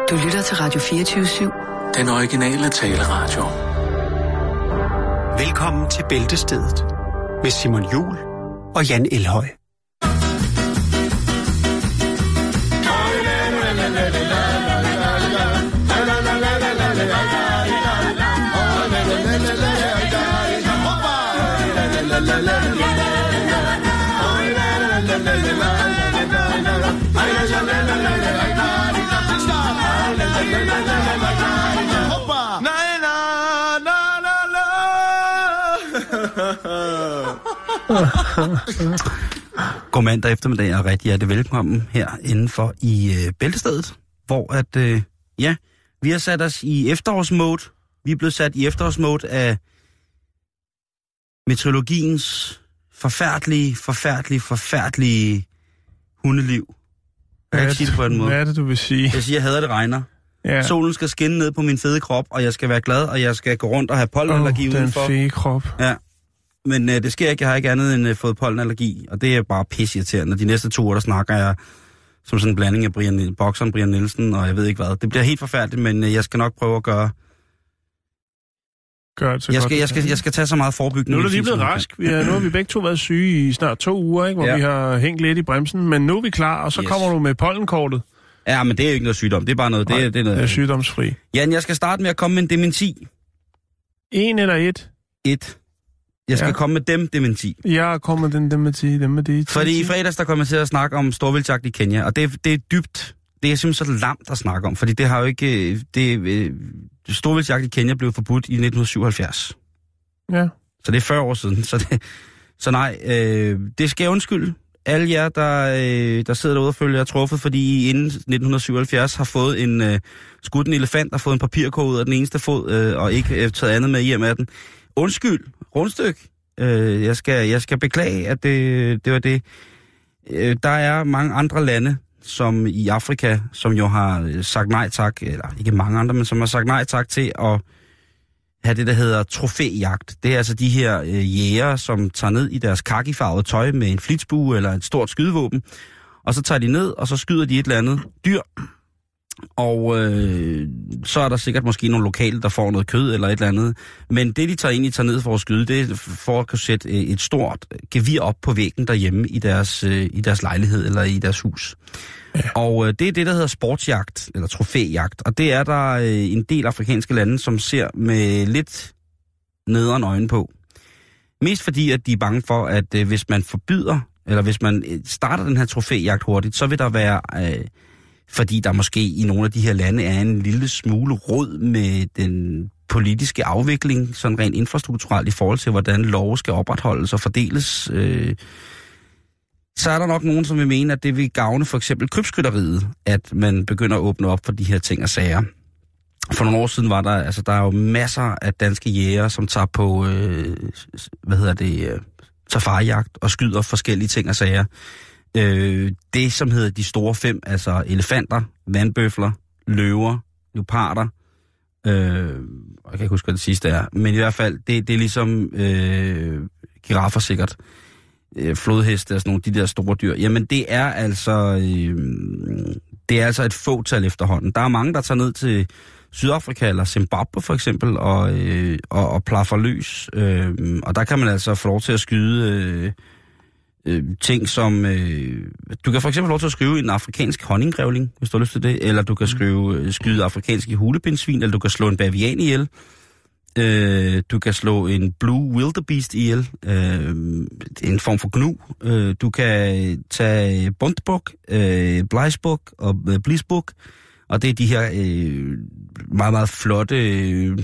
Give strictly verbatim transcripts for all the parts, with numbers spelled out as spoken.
Du lytter til Radio fireogtyve syv. Den originale taleradio. Velkommen til Bæltestedet med Simon Juhl og Jan Elhøj. God mandag eftermiddag og rigtig hjertelig velkommen her indenfor i øh, Bæltestedet, hvor at, øh, ja, vi har sat os i efterårsmode. Vi er blevet sat i efterårsmode af meteorologiens forfærdelige, forfærdelige, forfærdelige hundeliv. Jeg kan ikke sige det på en måde. Hvad er det, du vil sige? Jeg siger, jeg hader det regner. Ja. Solen skal skinne ned på min fede krop, og jeg skal være glad, og jeg skal gå rundt og have pollenallergi oh, udenfor. den fede krop. Ja. Men øh, det sker ikke. Jeg har ikke andet end øh, fået pollenallergi, og det er bare pisseirriterende. De næste to uger, der snakker jeg som sådan en blanding af Brian, bokseren Brian Nielsen, og jeg ved ikke hvad. Det bliver helt forfærdeligt, men øh, jeg skal nok prøve at gøre... Gør det så jeg godt. Skal, jeg, skal, jeg skal tage så meget forebyggende. Nu er du lige blevet rask. Vi er, nu har vi begge to været syge i snart to uger, ikke, hvor ja. vi har hængt lidt i bremsen, men nu er vi klar, og så yes. kommer du med pollenkortet. Ja, men det er jo ikke noget sygdom. Det er bare noget... Nej, det, er, det, er noget, det er sygdomsfri. Jan, jeg skal starte med at komme med en dementi. En eller et? Et. Jeg skal ja. komme med dem dementi. Jeg kommer den dementi, dementi. Fordi i fredags, der kommer jeg til at snakke om storvildtjagt i Kenya, og det, det er dybt, det er simpelthen så lamt at snakke om, fordi det har jo ikke, det, storvildtjagt i Kenya blev forbudt i nitten syvoghalvfjerds. Ja. Så det er fyrre år siden, så, det, så nej, øh, det skal jeg undskylde. Alle jer, der, øh, der sidder derude og følger, er truffet, fordi I inden nitten syvoghalvfjerds har fået en øh, skudt en elefant, der har fået en papirkode ud af den eneste fod, øh, og ikke øh, taget andet med hjem af den. Undskyld, rundstyk. Øh, jeg, skal, jeg skal beklage, at det, det var det. Øh, der er mange andre lande, som i Afrika, som jo har sagt nej tak, eller ikke mange andre, men som har sagt nej tak til at have det, der hedder trofæjagt. Det er altså de her øh, jæger, som tager ned i deres kakifarvede tøj med en flitsbue eller et stort skydevåben, og så tager de ned, og så skyder de et eller andet dyr. Og øh, så er der sikkert måske nogle lokale, der får noget kød eller et eller andet. Men det, de tager egentlig tager ned for at skyde, det er for at kunne sætte et stort gevir op på væggen derhjemme i deres, øh, i deres lejlighed eller i deres hus. Ja. Og øh, det er det, der hedder sportsjagt, eller trofæjagt. Og det er der øh, en del afrikanske lande, som ser med lidt nederen øjne på. Mest fordi, at de er bange for, at øh, hvis man forbyder, eller hvis man starter den her trofæjagt hurtigt, så vil der være... Øh, fordi der måske i nogle af de her lande er en lille smule rod med den politiske afvikling, sådan rent infrastrukturelt i forhold til, hvordan love skal opretholdes og fordeles. Øh, så er der nok nogen, som vil mene, at det vil gavne for eksempel krybskytteriet, at man begynder at åbne op for de her ting og sager. For nogle år siden var der, altså der er jo masser af danske jæger, som tager på, øh, hvad hedder det, øh, safarijagt og skyder forskellige ting og sager. Øh, det, som hedder de store fem, altså elefanter, vandbøfler, løver, leoparder, øh, jeg kan ikke huske, hvad det sidste er, men i hvert fald, det, det er ligesom øh, giraffer sikkert, øh, flodheste og sådan nogle, de der store dyr. Jamen, det er altså, øh, det er altså et fåtal efterhånden. Der er mange, der tager ned til Sydafrika eller Zimbabwe for eksempel, og, øh, og, og plaffer løs, øh, og der kan man altså få lov til at skyde... Øh, Øh, ting som, øh, du kan for eksempel lov til at skrive en afrikansk honninggrævling, hvis du har lyst til det, eller du kan skrive, øh, skyde afrikanske hulepindsvin, eller du kan slå en bavian ihjel, øh, du kan slå en blue wildebeest ihjel, øh, en form for gnu, øh, du kan tage buntbuk, øh, bleisbuk og øh, blisbuk, og det er de her øh, meget, meget flotte øh,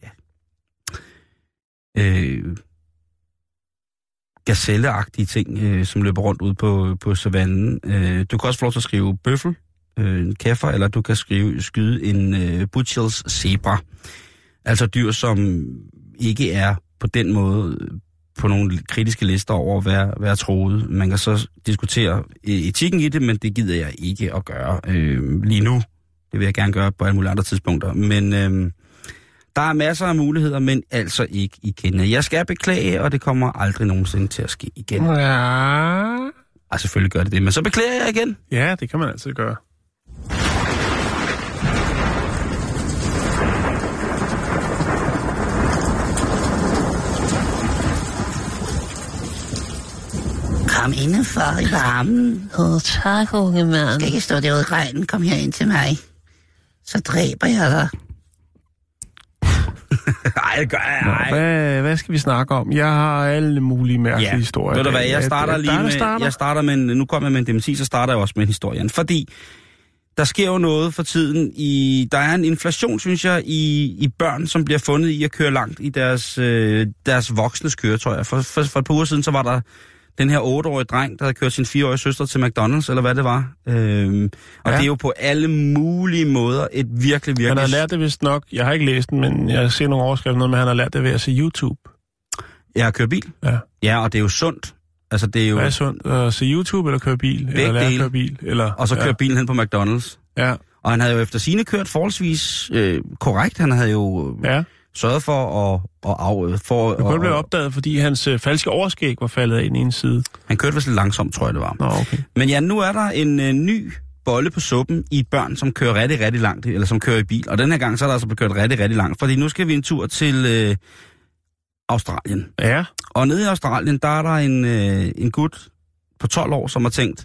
øh, gazelleagtige ting, øh, som løber rundt ud på, på savannen. Øh, du kan også få lov til at skrive bøffel, øh, en kæfer, eller du kan skrive, skyde en øh, Buchels zebra. Altså dyr, som ikke er på den måde på nogle kritiske lister over at være, være troet. Man kan så diskutere etikken i det, men det gider jeg ikke at gøre øh, lige nu. Det vil jeg gerne gøre på alle mulige andre tidspunkter. Men øh, der er masser af muligheder, men altså ikke i Kenya. Jeg skal beklage, og det kommer aldrig nogensinde til at ske igen. Ja. Og selvfølgelig gør det det, men så beklager jeg igen. Ja, det kan man altid gøre. Kom indenfor i varmen. Åh, oh, tak, unge mand. Skal ikke stå derude i regnen. Kom her ind til mig. Så dræber jeg dig. Ej, det gør jeg ej. Hvad, hvad skal vi snakke om? Jeg har alle mulige mærkelige ja. historier. Ved du hvad, jeg starter lige der, med... starter. Jeg starter med en, nu kommer jeg med en dementi, så starter jeg også med historien. Fordi der sker jo noget for tiden i... Der er en inflation, synes jeg, i, i børn, som bliver fundet i at køre langt i deres, øh, deres voksnes køretøjer. For, for, for et par uger siden, så var der den her otteårige dreng, der havde kørt sin fireårige søster til McDonald's, eller hvad det var. Øhm, og ja. Det er jo på alle mulige måder et virkelig, virkelig... Han har lært det vist nok. Jeg har ikke læst den, men jeg har set nogle overskrifter, noget med, han har lært det ved at se YouTube. Jeg har kørt bil. Ja. Ja, og det er jo sundt. Altså, det er jo... Hvad er sundt? At se YouTube eller køre bil? Begge eller lære dele. at køre bil? Eller... Og så køre ja. bilen hen på McDonald's. Ja. Og han havde jo efter sine kørt forholdsvis øh, korrekt. Han havde jo ja. sørget for at... at af, for, det kunne blive opdaget, fordi hans øh, falske overskæg var faldet af en ene side. Han kørte vist lidt langsomt, tror jeg, det var. Nå, okay. Men ja, nu er der en øh, ny bolle på suppen i børn, som kører rigtig, rigtig langt, eller som kører i bil. Og den her gang, så er der altså blevet kørt rigtig, rigtig langt. Fordi nu skal vi en tur til øh, Australien. Ja. Og nede i Australien, der er der en, øh, en gut på tolv år, som har tænkt,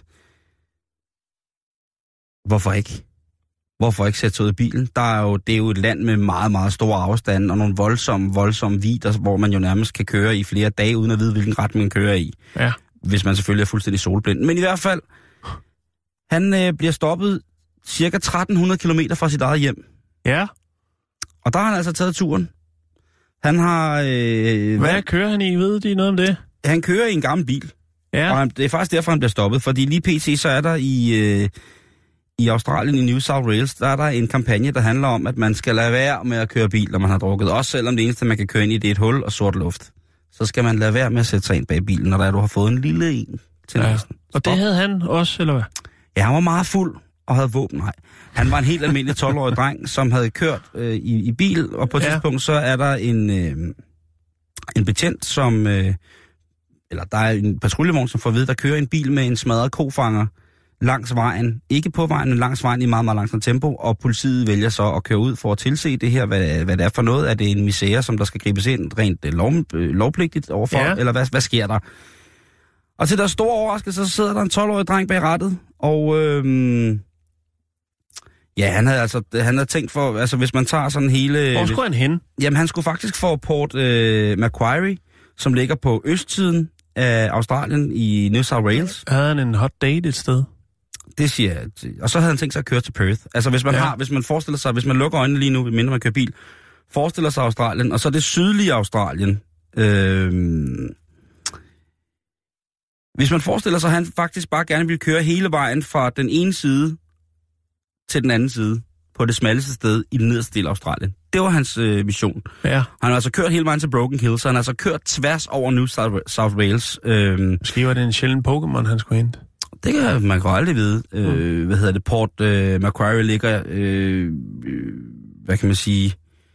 hvorfor ikke? Hvorfor ikke sætte sig ud i bilen? Der er jo, det er jo et land med meget, meget store afstande, og nogle voldsomme, voldsomme vidder, hvor man jo nærmest kan køre i flere dage, uden at vide, hvilken retning man kører i. Ja. Hvis man selvfølgelig er fuldstændig solblind. Men i hvert fald, han øh, bliver stoppet cirka tretten hundrede kilometer fra sit eget hjem. Ja. Og der har han altså taget turen. Han har... Øh, Hvad kører han i? Ved de noget om det? Han kører i en gammel bil. Ja. Og han, det er faktisk derfor, han bliver stoppet. Fordi lige pt. Så er der i... Øh, I Australien, i New South Wales, der er der en kampagne, der handler om, at man skal lade være med at køre bil, når man har drukket. Også selvom det eneste, man kan køre ind i, det er et hul og sort luft. Så skal man lade være med at sætte sig ind bag bilen, når der er, du har fået en lille en til ja. næsten. Og det havde han også, eller hvad? Ja, han var meget fuld og havde våben. Nej. Han var en helt almindelig tolv-årig dreng, som havde kørt øh, i, i bil, og på et ja. tidspunkt så er der en, øh, en betjent, som... Øh, eller der er en patruljevogn, som får at vide, der kører en bil med en smadret kofanger langs vejen, ikke på vejen, men langs vejen i meget, meget langsomt tempo, og politiet vælger så at køre ud for at tilse det her, hvad, hvad det er for noget. Er det en misære, som der skal gribes ind rent lov, lovpligtigt overfor, ja. eller hvad, hvad sker der? Og til deres store overraskelse, så sidder der en tolv-årig dreng bag rattet, og øhm, ja, han havde altså han havde tænkt for, altså hvis man tager sådan hele... Hvor skulle han hen? Jamen, han skulle faktisk få Port øh, Macquarie, som ligger på østsiden af Australien i New South Wales. Havde han en hot date et sted? Det siger jeg. Og så havde han tænkt sig at køre til Perth. Altså hvis man ja. har, hvis man forestiller sig, hvis man lukker øjnene lige nu, mindre man kører bil, forestiller sig Australien, og så det sydlige Australien. Øh, hvis man forestiller sig, at han faktisk bare gerne vil køre hele vejen fra den ene side til den anden side, på det smalleste sted i den nederste del af Australien. Det var hans øh, mission. Ja. Han har altså kørt hele vejen til Broken Hill, så han har altså kørt tværs over New South, South Wales. Øh, Måske var det en sjælden Pokémon, han skulle hente. Det kan man kan aldrig vide. Øh, hvad hedder det? Port øh, Macquarie ligger, øh, øh, hvad kan man sige,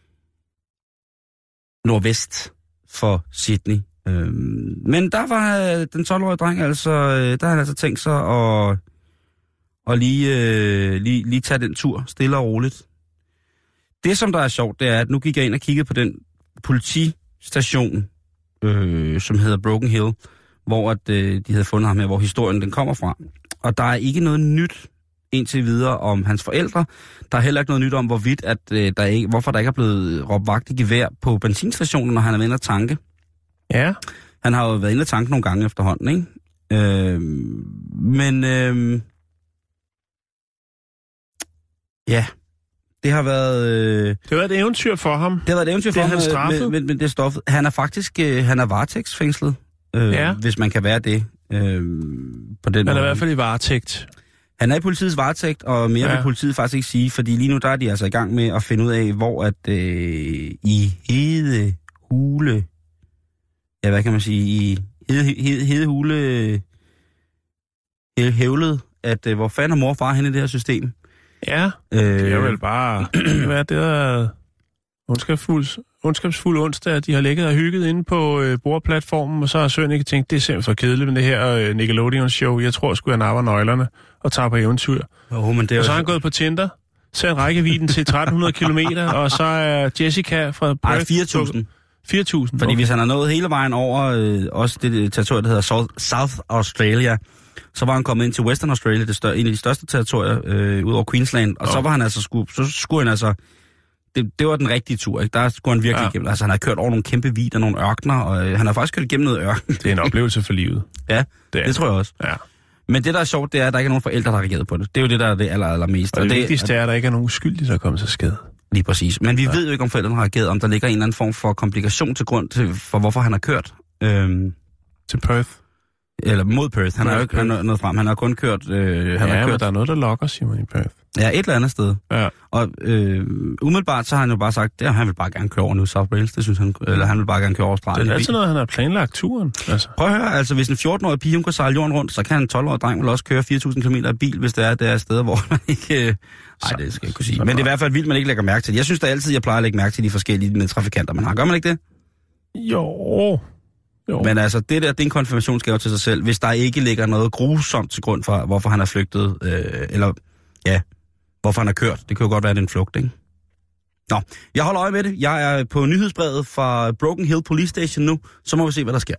nordvest for Sydney. Øh, men der var øh, den tolv-årige dreng, altså, øh, der har han altså tænkt sig at, at lige, øh, lige, lige tage den tur, stille og roligt. Det, som der er sjovt, det er, at nu gik jeg ind og kiggede på den politistation, øh, som hedder Broken Hill, hvor at, øh, de havde fundet ham her, hvor historien den kommer fra. Og der er ikke noget nyt indtil videre om hans forældre. Der er heller ikke noget nyt om, hvorvidt, at, øh, der ikke, hvorfor der ikke er blevet råbt vagt i gevær på benzinstationen, når han er ved inde at tanke. Ja. Han har jo været inde at tanke nogle gange efterhånden, ikke? Øh, men øh, ja, det har været... Øh, det var et eventyr for ham. Det har været et eventyr for det ham, han straffet. Men, men, men det er stoffet. Han er faktisk øh, han er varetægtsfængslet. Øh, ja. Hvis man kan være det. Øh, på den han er måde. i hvert fald i varetægt. Han er i politiets varetægt, og mere ja. vil politiet faktisk ikke sige, fordi lige nu der er de altså i gang med at finde ud af, hvor at øh, i hede hule, ja hvad kan man sige, i hede, hede, hede hule øh, hævlet, at øh, hvor fanden er mor og far henne i det her system. Ja, øh, det er vel bare, hvad det er, ondskabsfuld, ondskabsfuld onsdag, at de har ligget og hygget inde på øh, bordplatformen, og så har Søren ikke tænkt, det er simpelthen for kedeligt med det her øh, Nickelodeon-show. Jeg tror sgu, jeg napper nøglerne og tager på eventyr. Oh, men det er og så har han gået på Tinder, ser en rækkevidden til tretten hundrede kilometer, og så er Jessica fra Perth... Ej, fire tusind. fire tusind? Fordi okay. hvis han har nået hele vejen over, øh, også det territorium, der hedder South, South Australia, så var han kommet ind til Western Australia, det større, en af de største territorier, øh, ud over Queensland, og oh. så var han altså, skulle, så skulle han altså, det, det var den rigtige tur, ikke? Der skulle han virkelig ja. igennem, altså han har kørt over nogle kæmpe vidder, nogle ørkner, og øh, han har faktisk kørt igennem noget ørken. Det er en oplevelse for livet. Ja, det, er det tror jeg også. Ja. Men det, der er sjovt, det er, at der ikke er nogen forældre, der har reageret på det. Det er jo det, der er det aller, allermest. Og det, og det vigtigste er, at der ikke er nogen uskyldige, der er kommet til skade. Lige præcis. Men vi ja. ved jo ikke, om forældrene har reageret, om der ligger en eller anden form for komplikation til grund til, for hvorfor han har kørt. Øhm, til Perth? Eller mod Perth. Han har jo ikke han nået frem. Han har kun kørt... Øh, han ja, har kørt, men der er noget, der lokker, Simon, i Perth. Ja, et eller andet sted. Ja. Og øh, umiddelbart så har han jo bare sagt, at han vil bare gerne køre over New South Wales. Det synes han, eller han vil bare gerne køre over Australien. Det er altid noget, han har planlagt turen. Altså. Prøv at høre, altså hvis en fjorten-årig pige, hun kan sejle jorden rundt, så kan en tolv-årig dreng vel også køre fire tusind kilometer i bil, hvis det er, det er steder, hvor man ikke... Øh, nej, det skal jeg ikke kunne sige. Men det er i hvert fald vildt, man ikke lægger mærke til. Jeg synes da altid, jeg plejer at lægge mærke til de forskellige medtrafikanter, man har. Gør man ikke det? Jo... Jo. Men altså, det der, det er en konfirmationsgave til sig selv, hvis der ikke ligger noget grusomt til grund for, hvorfor han er flygtet, øh, eller ja, hvorfor han har kørt. Det kan jo godt være, at det er en flugt, ikke? Nå, jeg holder øje med det. Jeg er på nyhedsbrevet fra Broken Hill Police Station nu, så må vi se, hvad der sker.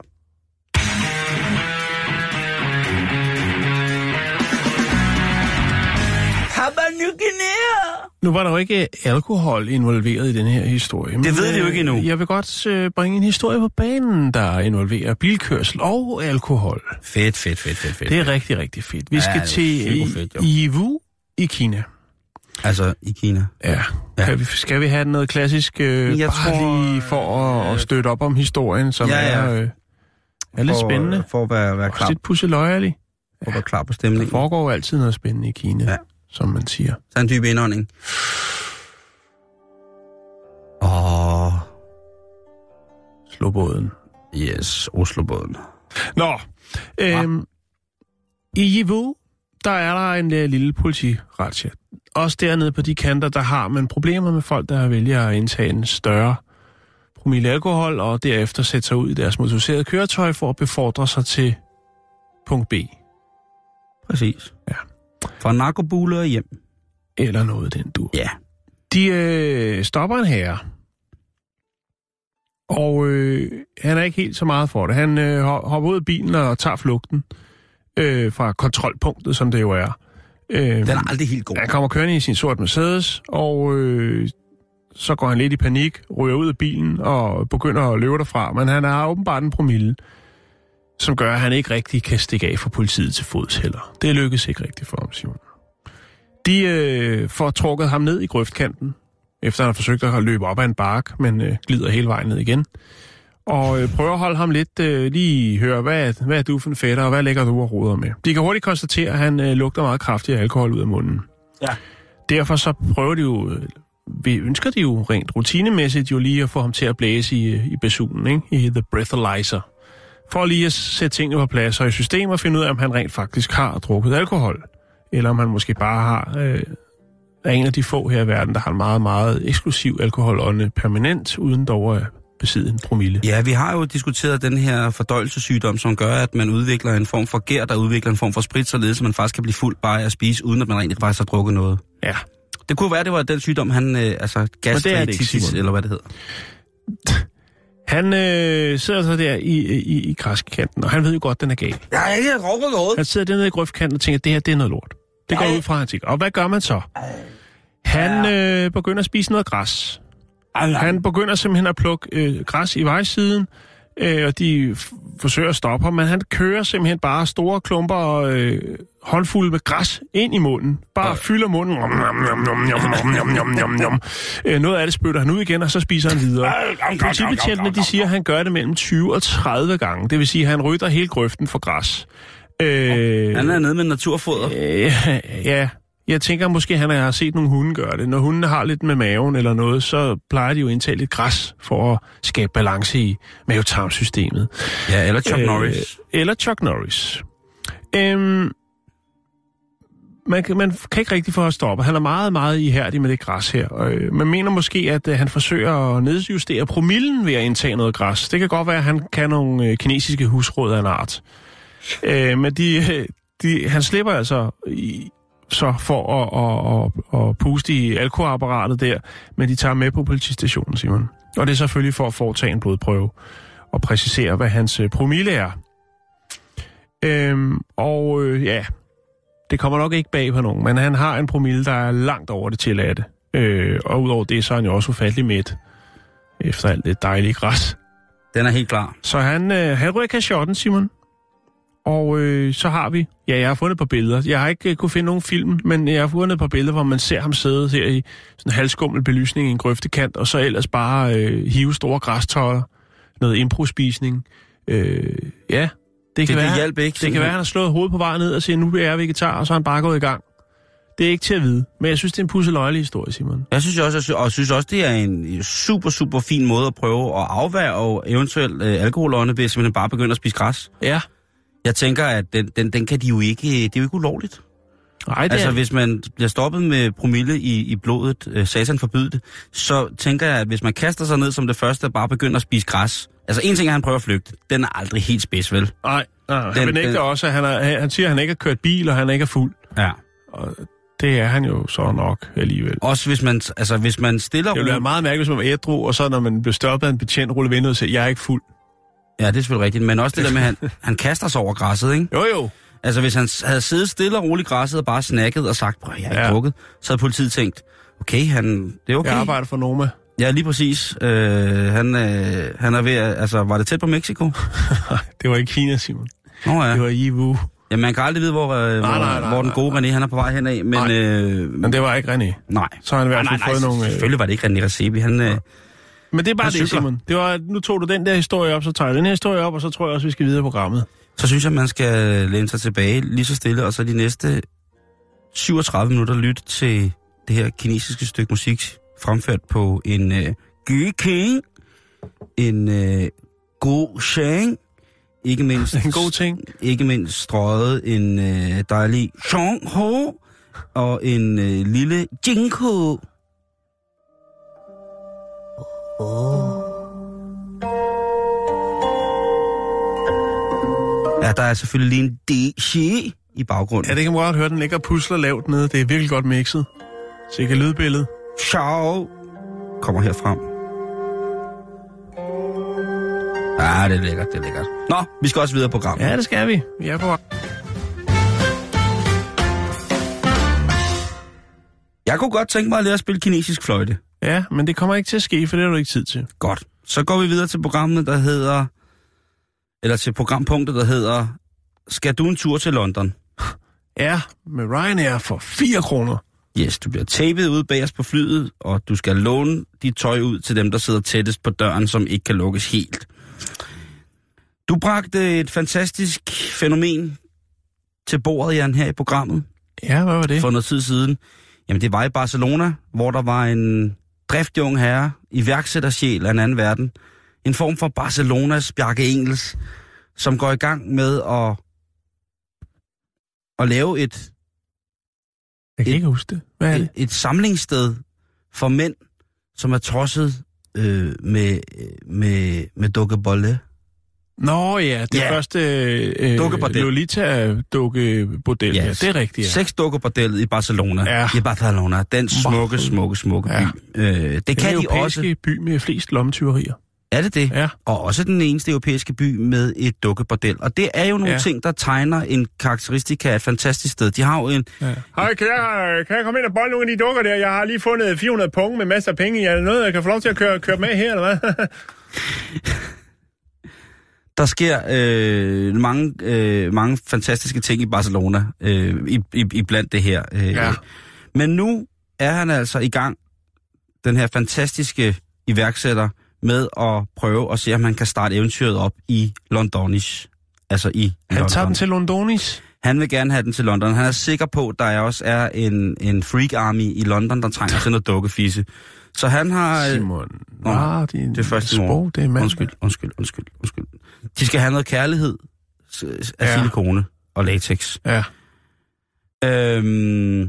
Nu var der jo ikke alkohol involveret i den her historie. Det ved vi jo ikke endnu. Jeg vil godt øh, bringe en historie på banen, der involverer bilkørsel og alkohol. Fedt, fedt, fedt, fedt, fedt. Det er rigtig, rigtig fedt. Vi skal ja, til fedt, Yiwu i Kina. Altså i Kina? Ja. ja. Kan vi, skal vi have noget klassisk, øh, jeg bare tror, lige for at, at støtte op om historien, som ja, ja. er, øh, er lidt for, spændende. For at være, være klar. Og lidt pusseløjerlig. For at være klar på stemningen. Der foregår altid noget spændende i Kina. Ja. Som man siger. Så en dyb indånding. Åh. Slå båden. Yes, Oslo-båden. Nå, øhm, i Yiwu, der er der en uh, lille politirazzia. Også dernede på de kanter, der har man problemer med folk, der vælger at indtage en større promille alkohol, og derefter sætte sig ud i deres motoriserede køretøj for at befordre sig til punkt B. Præcis. Ja. Fra narkobuler hjem. Eller noget den dur. Ja. De øh, stopper en herre. Og øh, han er ikke helt så meget for det. Han øh, hopper ud af bilen og tager flugten øh, fra kontrolpunktet, som det jo er. Øh, Den er aldrig helt god. Han kommer kørende i sin sort Mercedes, og øh, så går han lidt i panik, ryger ud af bilen og begynder at løbe derfra. Men han har åbenbart en promille, som gør, at han ikke rigtig kan stikke af fra politiet til fods heller. Det lykkes ikke rigtigt for ham, Simon. De øh, får trukket ham ned i grøftkanten, efter han har forsøgt at løbe op ad en bark, men øh, glider hele vejen ned igen. Og øh, prøver at holde ham lidt, øh, lige høre, hvad, hvad er du for en fætter, og hvad lægger du og roder med? De kan hurtigt konstatere, at han øh, lugter meget kraftigt af alkohol ud af munden. Ja. Derfor så prøver de jo, øh, vi ønsker de jo rent rutinemæssigt jo lige at få ham til at blæse i, i basunen, ikke? I the breathalyzer. For lige at sætte tingene på plads og i system og finde ud af, om han rent faktisk har drukket alkohol. Eller om han måske bare har øh, er en af de få her i verden, der har en meget, meget eksklusiv alkoholånde permanent, uden dog at besidde en promille. Ja, vi har jo diskuteret den her fordøjelsessygdom, som gør, at man udvikler en form for gær, der udvikler en form for sprit, således at man faktisk kan blive fuld bare af at spise, uden at man rent faktisk har drukket noget. Ja. Det kunne være, det var den sygdom, han, øh, altså gastritis, eller hvad det hedder. Han øh, sidder så der i, i, i græskanten, og han ved jo godt, den er gal. Jeg har ikke drukket noget. Han sidder dernede i grøftkanten og tænker, det her, det er noget lort. Det går ud fra, han tænker. Og hvad gør man så? Han øh, begynder at spise noget græs. Han begynder simpelthen at plukke øh, græs i vejsiden, øh, og de f- forsøger at stoppe ham, men han kører simpelthen bare store klumper og øh, håndfulde med græs ind i munden. Bare øh. fylder munden. Nom, nom, nom, nom, nom, nom, nom, nom. Øh, noget af det spytter han ud igen, og så spiser han videre. Politibetjentene, de siger, at han gør det mellem tyve og tredive gange. Det vil sige, at han rydder hele grøften for græs. Øh, han er nede med naturfoder. Øh, ja, jeg tænker måske, at han har set nogle hunde gøre det. Når hundene har lidt med maven eller noget, så plejer de jo at indtage lidt græs for at skabe balance i mavetarmsystemet. Ja, eller Chuck øh, Norris. Eller Chuck Norris. Øhm, man, kan, man kan ikke rigtig få at stoppe. Han er meget, meget ihærdig med det græs her. Øh, man mener måske, at øh, han forsøger at nedjustere promillen ved at indtage noget græs. Det kan godt være, at han kan nogle øh, kinesiske husråd af en art. Øh, men de, de, han slipper altså i, så for at, at, at, at puste i alkoholapparatet der, men de tager med på politistationen, Simon. Og det er selvfølgelig for at foretage en blodprøve og præcisere, hvad hans øh, promille er. Øhm, og øh, ja, det kommer nok ikke bag på nogen, men han har en promille, der er langt over det tilladte. Øh, og udover det, så er han jo også ufattelig mæt efter alt det dejlige græs. Den er helt klar. Så han, øh, han ryger kashotten, Simon. Og øh, så har vi... Ja, jeg har fundet et par billeder. Jeg har ikke øh, kunne finde nogen film, men jeg har fundet et par billeder, hvor man ser ham sidde her i sådan en halvskummel belysning i en grøftekant, og så ellers bare øh, hive store græstøjer, noget improspisning. Øh, ja, det, det kan det være, hjælp ikke. det kan være, han har slået hovedet på vejen ned og siger, nu er jeg vegetar, og så er han bare gået i gang. Det er ikke til at vide, men jeg synes, det er en pusseløjelig historie, Simon. Jeg synes også, og jeg synes også, det er en super, super fin måde at prøve at afværge og eventuelt øh, alkoholånde, hvis man bare begynder at spise græs. Ja. Jeg tænker, at den, den, den kan de jo ikke... Det er jo ikke ulovligt. Nej, det altså, er... hvis man bliver stoppet med promille i, i blodet, øh, satan forbyde det, så tænker jeg, at hvis man kaster sig ned som det første og bare begynder at spise græs... Altså, en ting er, at han prøver at flygte. Den er aldrig helt spids, vel? Nej, nej. Han Den- benægter den- også, at han, er, han siger, at han ikke har kørt bil, og han ikke er fuld. Ja. Og det er han jo så nok alligevel. Også hvis man, altså, hvis man stiller... Det ville være meget mærkeligt, hvis man var ædru, og så når man bliver stoppet af en betjent, ruller vinduet og siger, jeg er ikke fuld. Ja, det er selvfølgelig rigtigt. Men også det der med, at han, han kaster sig over græsset, ikke? Jo, jo. Altså, hvis han havde siddet stille og roligt i græsset og bare snakket og sagt, prøv, jeg har ikke Ja. drukket, så havde politiet tænkt, okay, han, det er okay. Jeg arbejder for Noma. Ja, lige præcis. Øh, han, øh, han er ved at, altså, var det tæt på Mexico? Det var ikke Kina, Simon. Nå ja. Det var Yiwu. Ja, man kan aldrig vide, hvor, øh, nej, hvor, nej, nej, hvor den gode René, han er på vej henad, men... Nej. Øh, Men det var ikke René. nej. Så har han i hvert nej, fald nej, fået nej, nogle... øh, selvfølgelig var det ikke René Recebi. Han, øh, Men det er bare han det, cykler. Simon. Det var, nu tog du den der historie op, så tager jeg den her historie op, og så tror jeg også, vi skal videre i programmet. så synes jeg, man skal læne sig tilbage lige så stille, og så de næste syvogtredive minutter lytte til det her kinesiske stykke musik, fremført på en øh, Gy King, en øh, god Shang, ikke mindst... En god ting. Ikke mindst strøget en øh, dejlig Chong Ho og en øh, lille Jinko. Ja, der er selvfølgelig lige en D C i baggrunden. Ja, det kan man godt høre, den ligger og pusler lavt nede. Det er virkelig godt mixet. Så I kan lydbillede. Ciao kommer herfra. Ja, det er lækkert, det er lækkert. Nå, vi skal også videre på programmet. Ja, det skal vi. Vi er på... Jeg kunne godt tænke mig at lære at spille kinesisk fløjte. Ja, men det kommer ikke til at ske, for det har du ikke tid til. Godt. Så går vi videre til programmet, der hedder... Eller til programpunktet, der hedder... Skal du en tur til London? Ja, med Ryanair for fire kroner. Yes, du bliver tapet ud bag os på flyet, og du skal låne dit tøj ud til dem, der sidder tættest på døren, som ikke kan lukkes helt. Du bragte et fantastisk fænomen til bordet, Jan, her i programmet. Ja, hvad var det? For noget tid siden. Jamen, det var i Barcelona, hvor der var en driftig ung herre, iværksættersjæl af en anden verden. En form for Barcelonas Bjarke Ingels, som går i gang med at, at lave et, Jeg kan et- ikke huske det. Hvad er det? et, et samlingssted for mænd, som er tosset øh, med, med, med dukkebolle. Nå ja, det Ja. første øh, Dukkebordel. Lolita-dukkebordel. Ja, det er rigtigt, ja. Seks dukkebordellet i Barcelona. Ja. I Barcelona. Den smukke, smukke, smukke by. Ja. Øh, det Det er kan den de også. europæiske by med flest lommetyverier. Er det det? Ja. Og også den eneste europæiske by med et dukkebordel. Og det er jo nogle Ja. ting, der tegner en karakteristika af et fantastisk sted. De har jo en... Ja. Hej, kan jeg, kan jeg komme ind og bolle nogle af de dukker der? Jeg har lige fundet fire hundrede punge med masser af penge i. Er der noget, jeg kan få lov til at køre, køre med her, eller hvad? Der sker øh, mange, øh, mange fantastiske ting i Barcelona, øh, i, i, i blandt det her. Øh. Ja. Men nu er han altså i gang, den her fantastiske iværksætter, med at prøve at se, om han kan starte eventyret op i Londonish. Altså i Han London. tager den til Londonis. Han vil gerne have den til London. Han er sikker på, at der også er en, en freak army i London, der trænger til noget dukkefisse. Så han har... Simon. Nå, Ah, din det er først i sprog, morgen. det er mand. Undskyld, undskyld, undskyld, undskyld. De skal have noget kærlighed s- af Ja. silikone og latex. Ja. Øhm,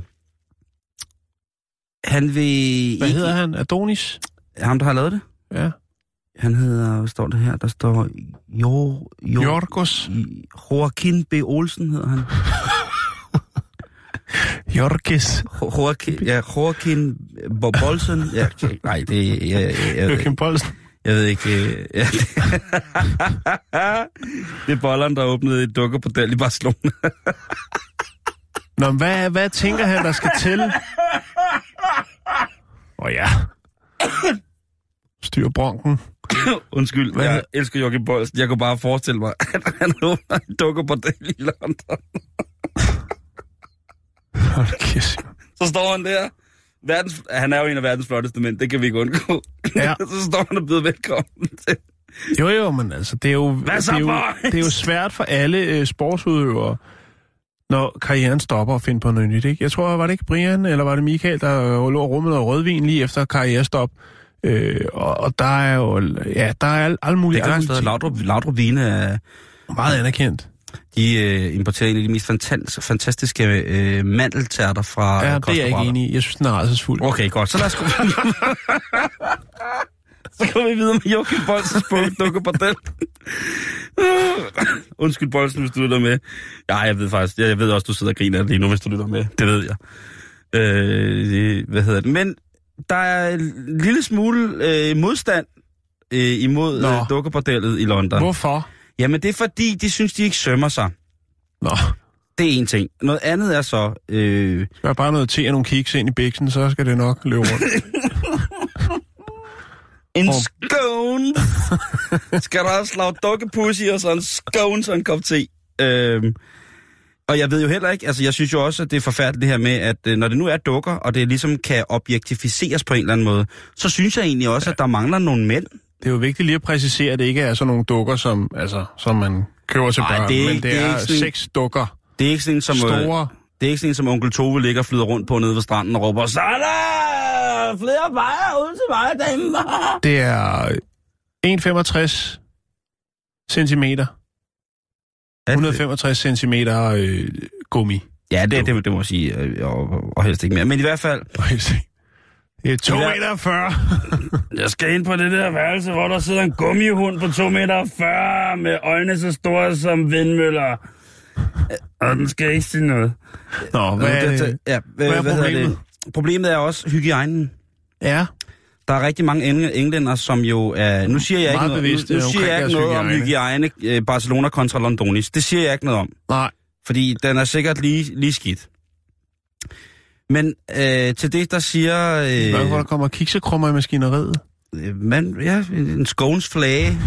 han vil... Hvad ikke- hedder han? Adonis? Ham, der har lavet det? Ja. Han hedder... Hvad står det her? Der står... Jo, jo, Jorgos. Joaquin B. Olsen hedder han. Jorkes. Joaquin, ja, Joaquin Bolsen. Ja, okay. Nej, det er... Ja, Joaquin Bolsen. Jeg ved ikke... Øh, ja. Det er bolleren, der åbnede et dukkerbordel i Barcelona. Nå, hvad, hvad tænker han, der skal til? Åh oh, ja. Styr bronken. Undskyld, hvad? Jeg elsker Joaquin Bolsen. Jeg kunne bare forestille mig, at han åbner et dukkerbordel i London. Okay. Så står han der. Verdens, han er jo en af verdens flotteste mænd, det kan vi ikke undgå. Ja. Så står han og byder velkommen til. Jo, jo, men altså, det er jo, det er jo, det er jo svært for alle øh, sportsudøvere, når karrieren stopper og finder på noget nyt, ikke? Jeg tror, var det ikke Brian, eller var det Michael, der lå og rummede noget rødvin lige efter karrierestop? Øh, og, og der er jo, ja, der er alle al mulige... Det gør stadig, Laudrup, Laudrup Vine er... Meget anerkendt. De øh, importerer en af de mest fant- fantastiske øh, mandeltærter fra Ja, Costa det er jeg Brava. ikke enig i. Jeg synes, den er rædselsfuld. Okay, godt. Så lad os gå Så går vi videre med Joaquin Bolsens dukkerbordel. Undskyld, Bolsen, hvis du lytter med. Ja, jeg ved faktisk. Jeg ved også, du sidder og griner lige nu, hvis du lytter med. Det ved jeg. Øh, det, hvad hedder det? Men der er en lille smule øh, modstand øh, imod øh, dukkerbordellet i London. Hvorfor? Jamen, det er fordi, de synes, de ikke sømmer sig. Nå. Det er en ting. Noget andet er så... Øh... Skal jeg bare noget te og nogle kiks ind i biksen, så skal det nok løbe rundt. En scone! Skal der også lave dukkepussy og så en scone, så en kop te. Øhm... Og jeg ved jo heller ikke, altså jeg synes jo også, at det er forfærdeligt det her med, at øh, når det nu er dukker, og det ligesom kan objektificeres på en eller anden måde, så synes jeg egentlig også, at der mangler nogle mænd. Det er jo vigtigt lige at præcisere, at det ikke er sådan nogle dukker, som, altså, som man køber til børn, det er, men det, det er, er sådan, seks dukker. Det er ikke sådan, som, store. Det er ikke sådan, som onkel Tove ligger og flyder rundt på nede ved stranden og råber, så er der flere vejer ud til mig, damer. Det er en komma femogtres centimeter. et hundrede og femogtres centimeter øh, gummi. Ja, det, det, det må jeg sige, og, og helst ikke mere. Men i hvert fald... Og helst ikke. Det er to meter fyrre. Jeg skal ind på det der værelse, hvor der sidder en gummihund på to meter fyrre med øjne så store som vindmøller. Og den skal ikke sige noget. Nå, hvad er, det? Ja, hvad er hvad problemet? Det? Problemet er også hygiejnen. Ja. Der er rigtig mange englænder, som jo er... Nu siger jeg ikke noget, bevidst, nu, nu siger jeg ikke noget om hygiejne Barcelona kontra Londonis. Det siger jeg ikke noget om. Nej. Fordi den er sikkert lige, lige skidt. Men øh, til det, der siger... Øh, Hvad, hvor der kommer kiksekrummer i maskineriet? Øh, man, ja, en scones flage.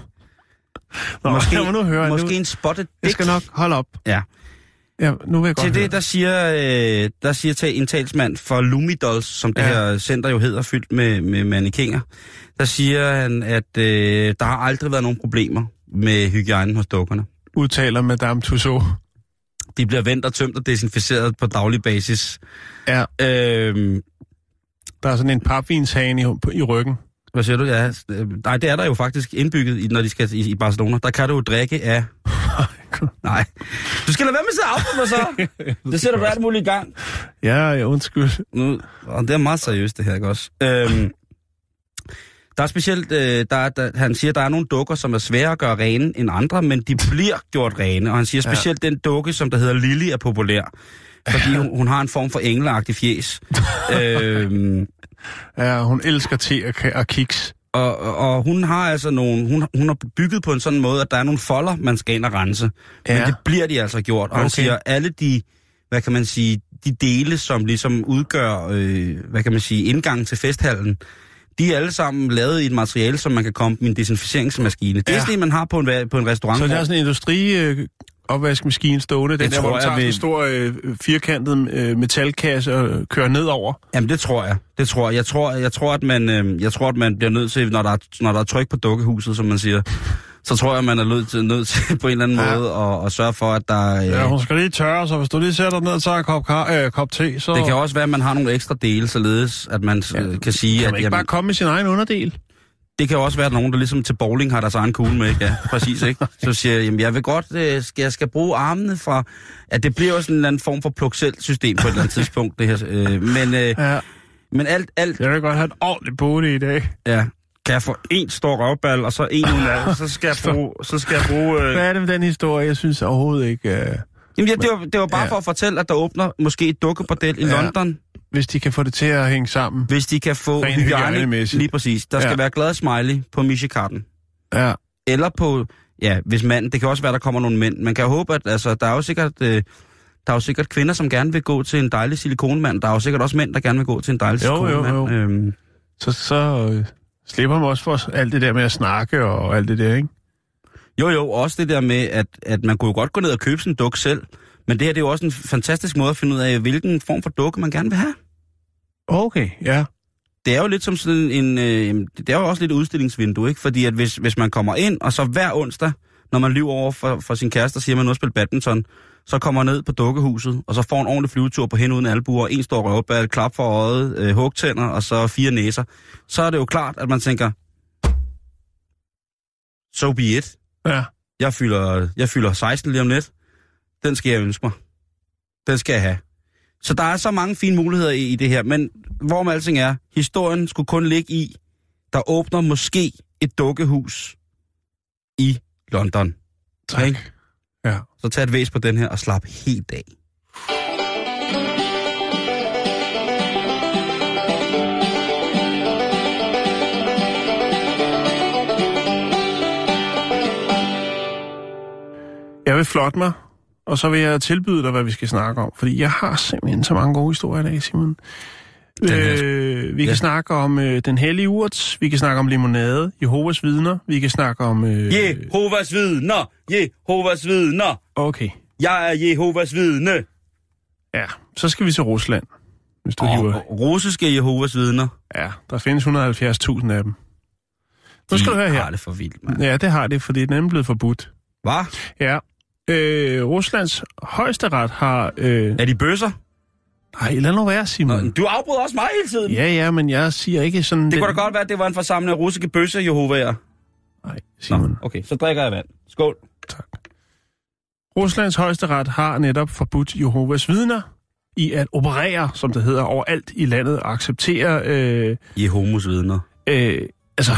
Nå, måske nu høre, måske nu, en spotted dick. Jeg skal nok holde op. Ja. Ja, nu vil jeg godt til høre. det, der siger, øh, der siger til en talsmand for Lumidolls, som det ja. her center jo hedder, fyldt med, med mannequiner, der siger han, at øh, der har aldrig været nogen problemer med hygiejnen hos dukkerne. Udtaler Madame Tussauds. De bliver vendt og tømt og desinficeret på daglig basis. Ja. Øhm, der er sådan en papvinshane i, i ryggen. Hvad siger du? Ja, nej, det er der jo faktisk indbygget, når de skal i, i Barcelona. Der kan du jo drikke af... Nej. Du skal lade være med at sidde og afbryde så. Det sætter du alt muligt i gang. Ja, ja, undskyld. Nu, og det er meget seriøst, det her, ikke også? Øhm, der er specielt, øh, der, der, han siger, der er nogle dukker, som er svære at gøre rene end andre, men de bliver gjort rene. Og han siger specielt, ja. Den dukke, som der hedder Lily, er populær. Fordi hun, hun har en form for engleagtig fjes. øhm, ja, hun elsker te og, og kiks. Og, og hun har altså nogle, hun, hun har bygget på en sådan måde, at der er nogle folder, man skal ind og rense. Ja. Men det bliver de altså gjort. Og okay. Han siger, alle de, hvad kan man sige, de dele, som ligesom udgør, øh, hvad kan man sige, indgangen til festhallen, de er alle sammen lavet i et materiale, som man kan komme med en desinficeringsmaskine. Det er ja. sådan en, man har på en, på en restaurant. Så det er sådan en industri... Øh... opvaskemaskine stående, den der, hvor man tager en stor øh, firkantet øh, metalkasse og kører ned over. Jamen det tror jeg. Det tror jeg. Jeg tror, jeg tror at man, øh, jeg tror at man bliver nødt til, når der er, når der er tryk på dukkehuset, som man siger, så tror jeg, man er nødt til, nødt til på en eller anden ja. måde at, at sørge for, at der... Øh, ja, hun skal lige tørre, så hvis du lige sætter ned og tager en kop, øh, kop te, så... Det kan også være, at man har nogle ekstra dele, således at man ja, kan sige... Kan man at, ikke jamen, bare komme med sin egen underdel? Det kan også være, at nogen, der ligesom til bowling har deres egen kugle med, ikke? Ja, præcis, ikke? Så siger jeg, jamen, jeg vil godt, øh, skal, jeg skal bruge armene fra... At det bliver jo sådan en eller anden form for pluk-selv-system på et eller andet tidspunkt, det her. Øh, men, øh, ja. men alt, alt... Jeg vil godt have et ordentligt bode i dag. Ja. Kan jeg få en stor røvball, og så en uden af, så skal jeg bruge... Så skal jeg bruge øh... Hvad er det med den historie? Jeg synes overhovedet ikke... Øh... Jamen, ja, det, var, det var bare ja. for at fortælle, at der åbner måske et dukkebordel i ja. London. Hvis de kan få det til at hænge sammen. Hvis de kan få hygiejne, lige præcis. Der skal ja. være glad smiley på Michikarten. Ja. Eller på, ja, hvis mand, det kan også være, der kommer nogle mænd. Man kan håbe, at altså, der er jo sikkert, øh, der er jo sikkert kvinder, som gerne vil gå til en dejlig silikonmand. Der er jo sikkert også mænd, der gerne vil gå til en dejlig jo, silikonmand. Jo, jo. Øhm. Så, så øh, slipper man også for alt det der med at snakke og alt det der, ikke? Jo, jo, også det der med, at, at man kunne jo godt gå ned og købe sådan en dukke selv. Men det her, det er jo også en fantastisk måde at finde ud af, hvilken form for dukke man gerne vil have. Okay, ja. Det er jo lidt som sådan en, øh, det er jo også lidt et udstillingsvindue, ikke? Fordi at hvis, hvis man kommer ind, og så hver onsdag, når man lyver over for, for sin kæreste og siger, at man nu spiller badminton, så kommer ned på dukkehuset, og så får en ordentlig flyvetur på hen uden albuer, en stor røvball, klap for øjet, øh, hugtænder, og så fire næser. Så er det jo klart, at man tænker, so be it. Ja. Jeg fylder, jeg fylder seksten lige om lidt. Den skal jeg ønske mig. Den skal jeg have. Så der er så mange fine muligheder i, i det her, men hvor med alting er, historien skulle kun ligge i, der åbner måske et dukkehus i London. Tak. Okay? Ja. Så tag et væs på den her og slap helt af. Jeg vil flotte mig, og så vil jeg tilbyde dig, hvad vi skal snakke om. Fordi jeg har simpelthen så mange gode historier i dag, Simon. Øh, vi kan ja. snakke om øh, den hellige urt, vi kan snakke om limonade, Jehovas vidner, vi kan snakke om... Øh... Jehovas vidner! Jehovas vidner! Okay. Jeg er Jehovas vidne! Ja, så skal vi til Rusland. Hvis du og, hiver... russiske Jehovas vidner? Ja, der findes et hundrede og halvfjerds tusind af dem. Nu skal de du høre her. har det for vildt, mand. Ja, det har det, fordi den er nemlig blevet forbudt. Hvad? Ja. Øh, Ruslands højesteret har... Øh... Er de bøsser? Nej, lad nu være, Simon. Nå, du afbryder også mig hele tiden. Ja, ja, men jeg siger ikke sådan... Det den... kunne da godt være, at det var en forsamling af russiske bøsser, Jehovaer. Nej, Simon. Nå, okay, så drikker jeg vand. Skål. Tak. Ruslands højesteret har netop forbudt Jehovas vidner i at operere, som det hedder, overalt i landet og acceptere... Øh... Jehovas vidner. Øh, altså...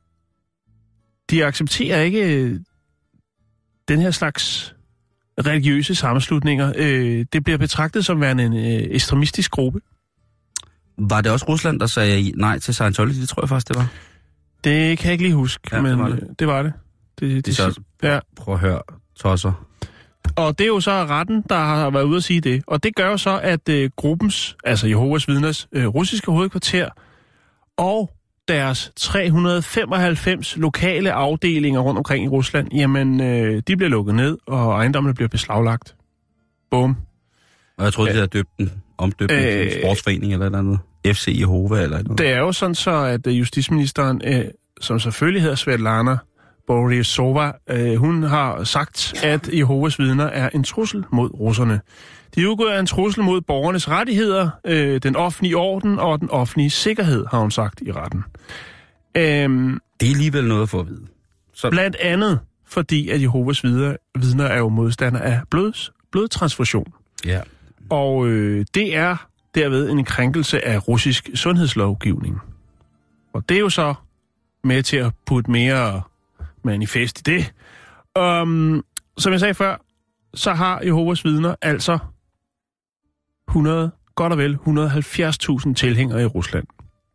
De accepterer ikke øh, den her slags religiøse sammenslutninger. Øh, det bliver betragtet som værende en øh, ekstremistisk gruppe. Var det også Rusland, der sagde nej til Scientology? Det tror jeg faktisk, det var. Det kan jeg ikke lige huske, ja, men det var det. Det, var det. det, det, det så, ja. Prøv at høre, tosser. Og det er jo så retten, der har været ude at sige det. Og det gør jo så, at øh, gruppens, altså Jehovas vidners øh, russiske hovedkvarter og deres tre hundrede femoghalvfems lokale afdelinger rundt omkring i Rusland, jamen, øh, de bliver lukket ned, og ejendommene bliver beslaglagt. Bum. Og jeg troede, ja. de havde døbt den, omdøbt den øh, til en sportsforening eller et andet. F C Jehova eller noget. Det er jo sådan så, at justitsministeren, øh, som selvfølgelig hedder Svetlana Borisova, øh, hun har sagt, at Jehovas vidner er en trussel mod russerne. De udgør en trussel mod borgernes rettigheder, øh, den offentlige orden og den offentlige sikkerhed, har hun sagt i retten. Øhm, det er alligevel noget for at vide. Så... Blandt andet, fordi at Jehovas vidner, vidner er jo modstander af blods, blodtransfusion. Ja. Og øh, det er derved en krænkelse af russisk sundhedslovgivning. Og det er jo så med til at putte mere manifest i det. Um, som jeg sagde før, så har Jehovas vidner altså hundrede, godt og vel et hundrede og halvfjerds tusind tilhængere i Rusland.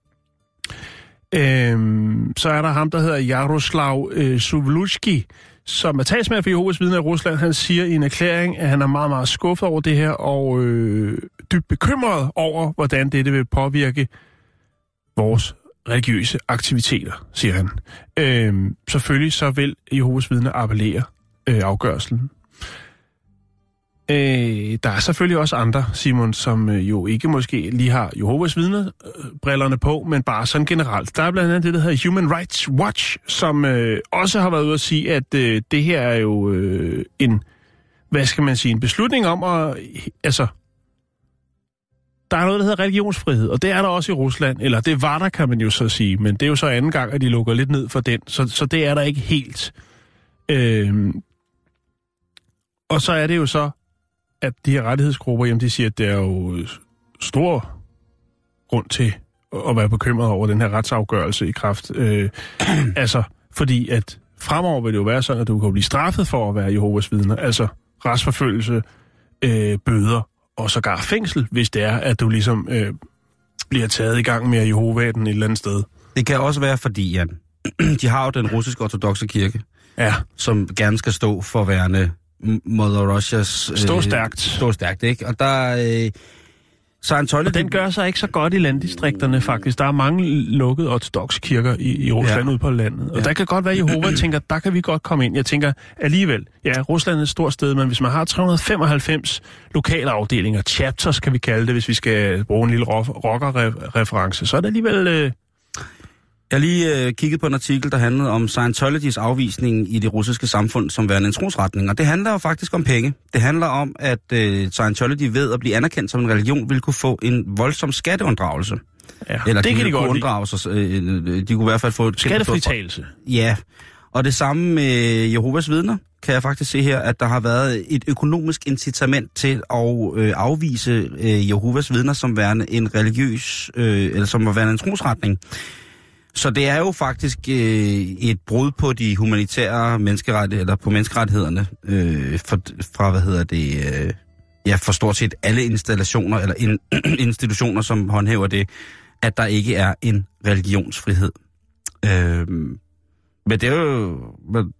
Øhm, så er der ham, der hedder Jaroslav øh, Suvlutsky, som er talsmand for Jehovas vidner i Rusland. Han siger i en erklæring, at han er meget, meget skuffet over det her, og øh, dybt bekymret over, hvordan dette vil påvirke vores religiøse aktiviteter, siger han. Øhm, selvfølgelig så vil Jehovas vidner appellere øh, afgørelsen. Øh, der er selvfølgelig også andre, Simon, som øh, jo ikke måske lige har Jehovas vidner øh, brillerne på, men bare sådan generelt. Der er blandt andet det, der hedder Human Rights Watch, som øh, også har været ude at sige, at øh, det her er jo øh, en, hvad skal man sige, en beslutning om at, altså, der er noget, der hedder religionsfrihed, og det er der også i Rusland, eller det var der, kan man jo så sige, men det er jo så anden gang, at de lukker lidt ned for den, så, så det er der ikke helt. Øh, og så er det jo så, at de her rettighedsgrupper, jamen de siger, at det er jo stor grund til at være bekymret over den her retsafgørelse i kraft. Øh, altså, fordi at fremover vil det jo være sådan, at du kan blive straffet for at være Jehovas vidner. Altså, retsforfølgelse øh, bøder og sågar fængsel, hvis det er, at du ligesom øh, bliver taget i gang med Jehovaen et eller andet sted. Det kan også være fordi, Jan, de har jo den russiske ortodokse kirke, ja. som gerne skal stå for værende Mother Russias... Stå øh, stærkt. Stå stærkt, ikke? Og der... Øh, Scientology... Og den gør sig ikke så godt i landdistrikterne, faktisk. Der er mange lukkede ortodokse kirker i, i Rusland ja. ude på landet. Og ja. der kan godt være, at Jehova tænker, der kan vi godt komme ind. Jeg tænker alligevel, ja, Rusland er et stort sted, men hvis man har tre hundrede og femoghalvfems lokale afdelinger, chapters kan vi kalde det, hvis vi skal bruge en lille rocker-reference, så er det alligevel... Øh... Jeg har lige øh, kigget på en artikel, der handlede om Scientologys afvisning i det russiske samfund som værende en trosretning, og det handler jo faktisk om penge. Det handler om, at øh, Scientology ved at blive anerkendt som en religion, vil kunne få en voldsom skatteunddragelse. Ja, Eller det de kan de godt unddrage øh, de kunne i hvert fald få et skattefritagelse. Ja, og det samme med Jehovas vidner, kan jeg faktisk se her, at der har været et økonomisk incitament til at øh, afvise øh, Jehovas vidner som værende en religiøs, øh, eller som værende en trosretning. Så det er jo faktisk øh, et brud på de humanitære menneskerettigheder, eller på menneskerettighederne, øh, for, fra, hvad hedder det, øh, ja, for stort set alle installationer, eller in, institutioner, som håndhæver det, at der ikke er en religionsfrihed. Øh, men det er jo... Men,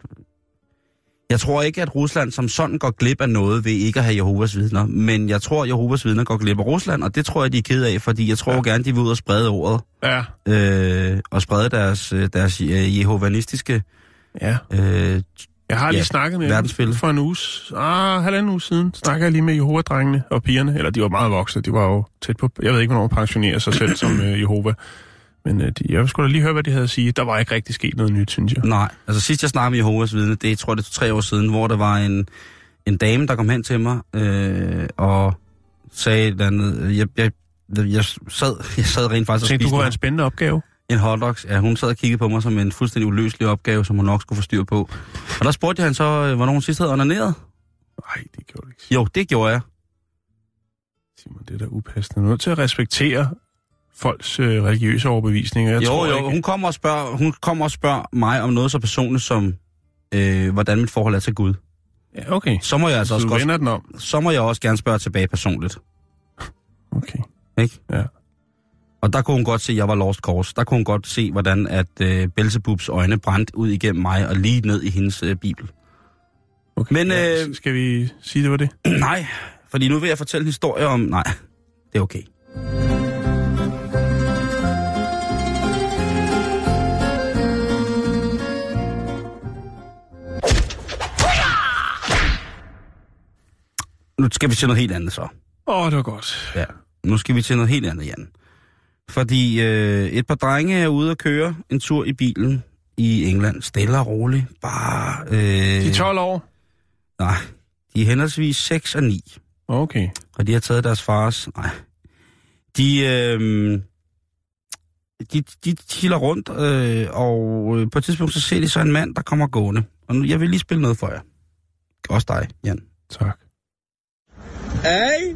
jeg tror ikke, at Rusland som sådan går glip af noget ved ikke at have Jehovas vidner, men jeg tror, at Jehovas vidner går glip af Rusland, og det tror jeg, de er ked af, fordi jeg tror ja. gerne, de vil ud og sprede ordet. Ja. Øh, og sprede deres, deres jehovanistiske... Ja. Øh, jeg har lige ja, snakket med dem for en uge, ah, halvanden uge siden, snakker jeg lige med Jehova-drengene og pigerne, eller de var meget voksne, de var jo tæt på, jeg ved ikke, hvornår pensionerer sig selv som uh, Jehova. Men øh, de, jeg skulle da lige høre, hvad de havde at sige. Der var ikke rigtig sket noget nyt, synes jeg. Nej, altså sidst jeg snakkede med Jehovas vidne, det tror jeg, det er tre år siden, hvor der var en, en dame, der kom hen til mig øh, og sagde et andet. Jeg, jeg, jeg, sad, jeg sad rent faktisk og spiste. Tænkte du kunne have en spændende opgave? En hotdogs. Ja, hun sad og kiggede på mig som en fuldstændig uløselig opgave, som hun nok skulle få styr på. Og der spurgte jeg hende så, hvornår hun sidst havde onaneret. Nej, det gjorde du ikke. Jo, det gjorde jeg. Simon, det er da upassende. Nu er nødt til at respektere folks øh, religiøse overbevisninger. Jeg jo, tror jo, ikke... hun kommer og spørger, hun kommer og spørger mig om noget så personligt som, øh, hvordan mit forhold er til Gud. Ja, okay. Så må jeg altså så også, den om. Så må jeg også gerne spørge tilbage personligt. Okay. Ikke? Ja. Og der kunne hun godt se, at jeg var lost cause. Der kunne hun godt se, hvordan at øh, Belzebubs øjne brændte ud igennem mig og lige ned i hendes øh, bibel. Okay. Men ja, øh, skal vi sige, det var det? Nej, fordi nu vil jeg fortælle en historie om... Nej, det er okay. Nu skal vi til noget helt andet så. Åh, oh, det var godt. Ja, nu skal vi til noget helt andet, Jan. Fordi øh, et par drenge er ude at køre en tur i bilen i England. Stille og roligt. Bare... Øh, de er tolv år? Nej, de er henholdsvis seks og ni. Okay. Og de har taget deres fars... Nej. De... Øh, de, de chiller rundt, øh, og på et tidspunkt så ser de så en mand, der kommer gående. Og nu, jeg vil lige spille noget for jer. Også dig, Jan. Tak. Hey?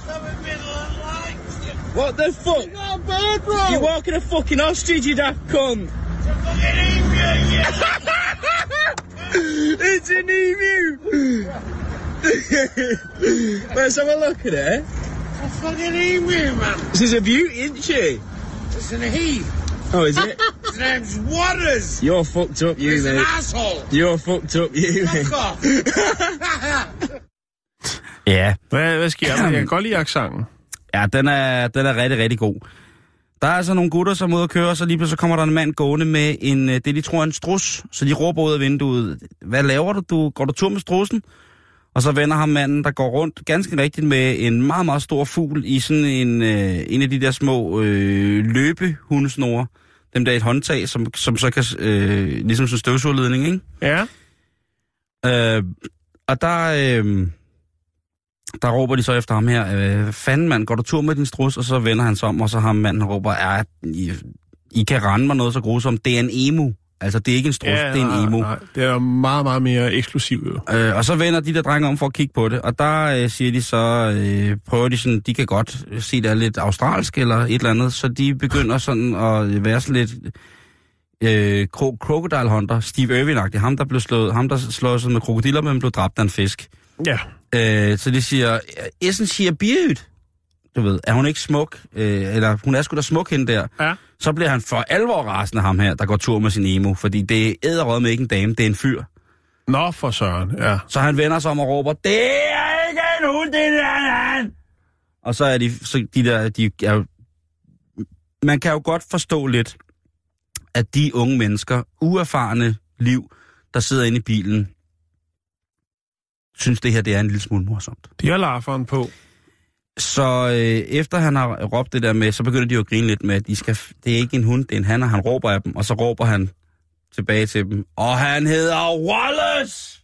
What the fuck? You got a bird, bro! You're walking a fucking ostrich, you daft cunt! It's an emu! Let's have a look at it. It's a fucking emu, man! This is a beauty, isn't she? It's an he. Oh, is it? His name's Waters! You're fucked up, you, He's mate. an asshole! You're fucked up, you, mate. Fuck off! Ja. Hvad, hvad sker der? Jeg kan godt lide accenten. Ja, den er, den er rigtig, rigtig god. Der er altså nogle gutter, som er ude at køre, så lige pludselig kommer der en mand gående med en, det, de tror er en strus. Så de råber ud af vinduet, hvad laver du? du? Går du tur med strussen? Og så vender ham manden, der går rundt ganske rigtigt med en meget, meget stor fugl i sådan en, øh, en af de der små øh, løbehundesnore. Dem der er et håndtag, som, som så kan, øh, ligesom sådan en støvsugerledning, ikke? Ja. Øh, og der... Øh, Der råber de så efter ham her, øh, fanden mand, går du tur med din strus? Og så vender han sig om, og så har manden råber, ja, I, I kan rende mig noget så grusomt. Det er en emu. Altså, det er ikke en strus, ja, det er en emu. Nej, det er meget, meget mere eksklusivt. Øh, og så vender de der drenge om for at kigge på det, og der øh, siger de så, øh, prøver de sådan, de kan godt se, det er lidt australsk eller et eller andet, så de begynder sådan at være sådan lidt øh, kro- crocodile hunter, Steve Irwin-agtig, ham der blev slået, ham der slår sig med krokodiller, men blev dræbt af en fisk. Ja. Øh, så de siger, isn't she a beaut? Du ved, er hun ikke smuk? Øh, eller hun er sgu da smuk hende der. Ja. Så bliver han for alvor rasende ham her, der går tur med sin emo, fordi det er æderrød med ikke en dame, det er en fyr. Nå, for søren, ja. Så han vender sig om og råber, det er ikke en hund, det er en. Og så er de, så de der, de er jo, man kan jo godt forstå lidt, at de unge mennesker, uerfarne liv, der sidder inde i bilen, synes det her, det er en lille smule morsomt. De har larferen på. Så øh, efter han har råbt det der med, så begynder de jo at grine lidt med, at de skal, det er ikke en hund, det er en han, og han råber af dem, og så råber han tilbage til dem, og han hedder Wallace!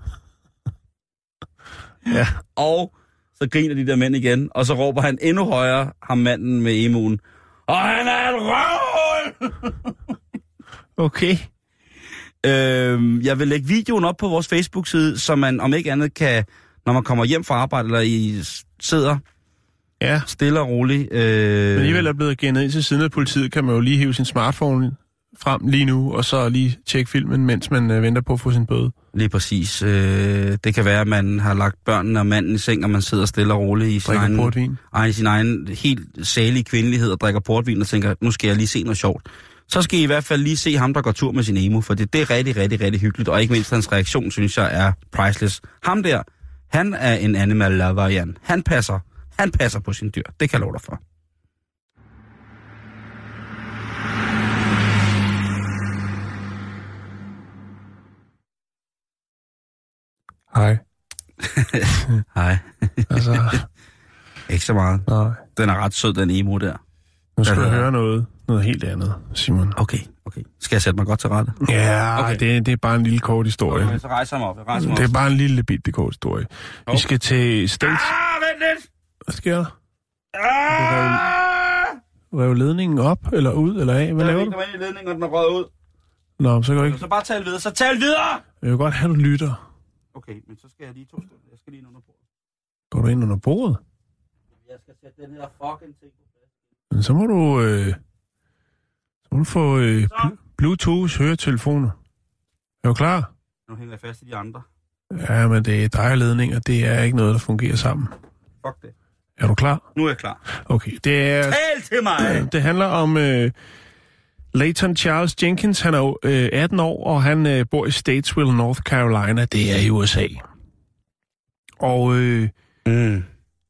Ja. Og så griner de der mænd igen, og så råber han endnu højere, ham manden med emoen, og han er et røvhul! Okay. Øhm, jeg vil lægge videoen op på vores Facebook-side, så man om ikke andet kan, når man kommer hjem fra arbejde, eller I sidder ja. stille og roligt. Øh... Men alligevel er blevet gennet ind til siden af politiet, kan man jo lige hive sin smartphone frem lige nu, og så lige tjekke filmen, mens man øh, venter på at få sin bøde. Lige præcis. Øh, det kan være, at man har lagt børnene og manden i seng, og man sidder stille og roligt i sin egen, portvin. egen, sin egen helt salige kvindelighed og drikker portvin og tænker, nu skal jeg lige se noget sjovt. Så skal I i hvert fald lige se ham, der går tur med sin emo, for det, det er rigtig, rigtig, rigtig hyggeligt, og ikke mindst hans reaktion, synes jeg, er priceless. Ham der, han er en animal lover, Jan. Han passer, han passer på sin dyr. Det kan jeg love dig for. Hej. Hej. Altså... ikke så meget. Nej. Den er ret sød, den emo der. Nu skal jeg høre noget, noget helt andet, Simon. Okay, okay. Skal jeg sætte mig godt til rette? Ja, okay. det, det er bare en lille kort historie. Okay, så rejser jeg mig op. Jeg rejser mig det er op. bare en lille bitte kort historie. Okay. Vi skal til States... Ah, vent lidt! Hvad sker der? Ah! Rev ledningen op, eller ud, eller af? Hvad jeg laver du? Jeg ved i ledningen, og den er røget ud. Nå, så går ikke... Så bare tal videre. Så tal videre! Jeg vil godt have, du lytter. Okay, men så skal jeg lige to steder. Jeg skal lige ind under bordet. Går du ind under bordet? Jeg skal sætte den her fucking ting på plads. Men så må du... Øh... Så må du få øh, Bluetooth høretelefoner. Er du klar? Nu hænger jeg fast i de andre. Ja, men det er dig og ledning, og det er ikke noget, der fungerer sammen. Fuck det. Er du klar? Nu er jeg klar. Okay, det er... Tal til mig! Det handler om øh, Layton Charles Jenkins. Han er jo øh, atten år, og han øh, bor i Statesville, North Carolina. Det er i U S A. Og... Øh, mm.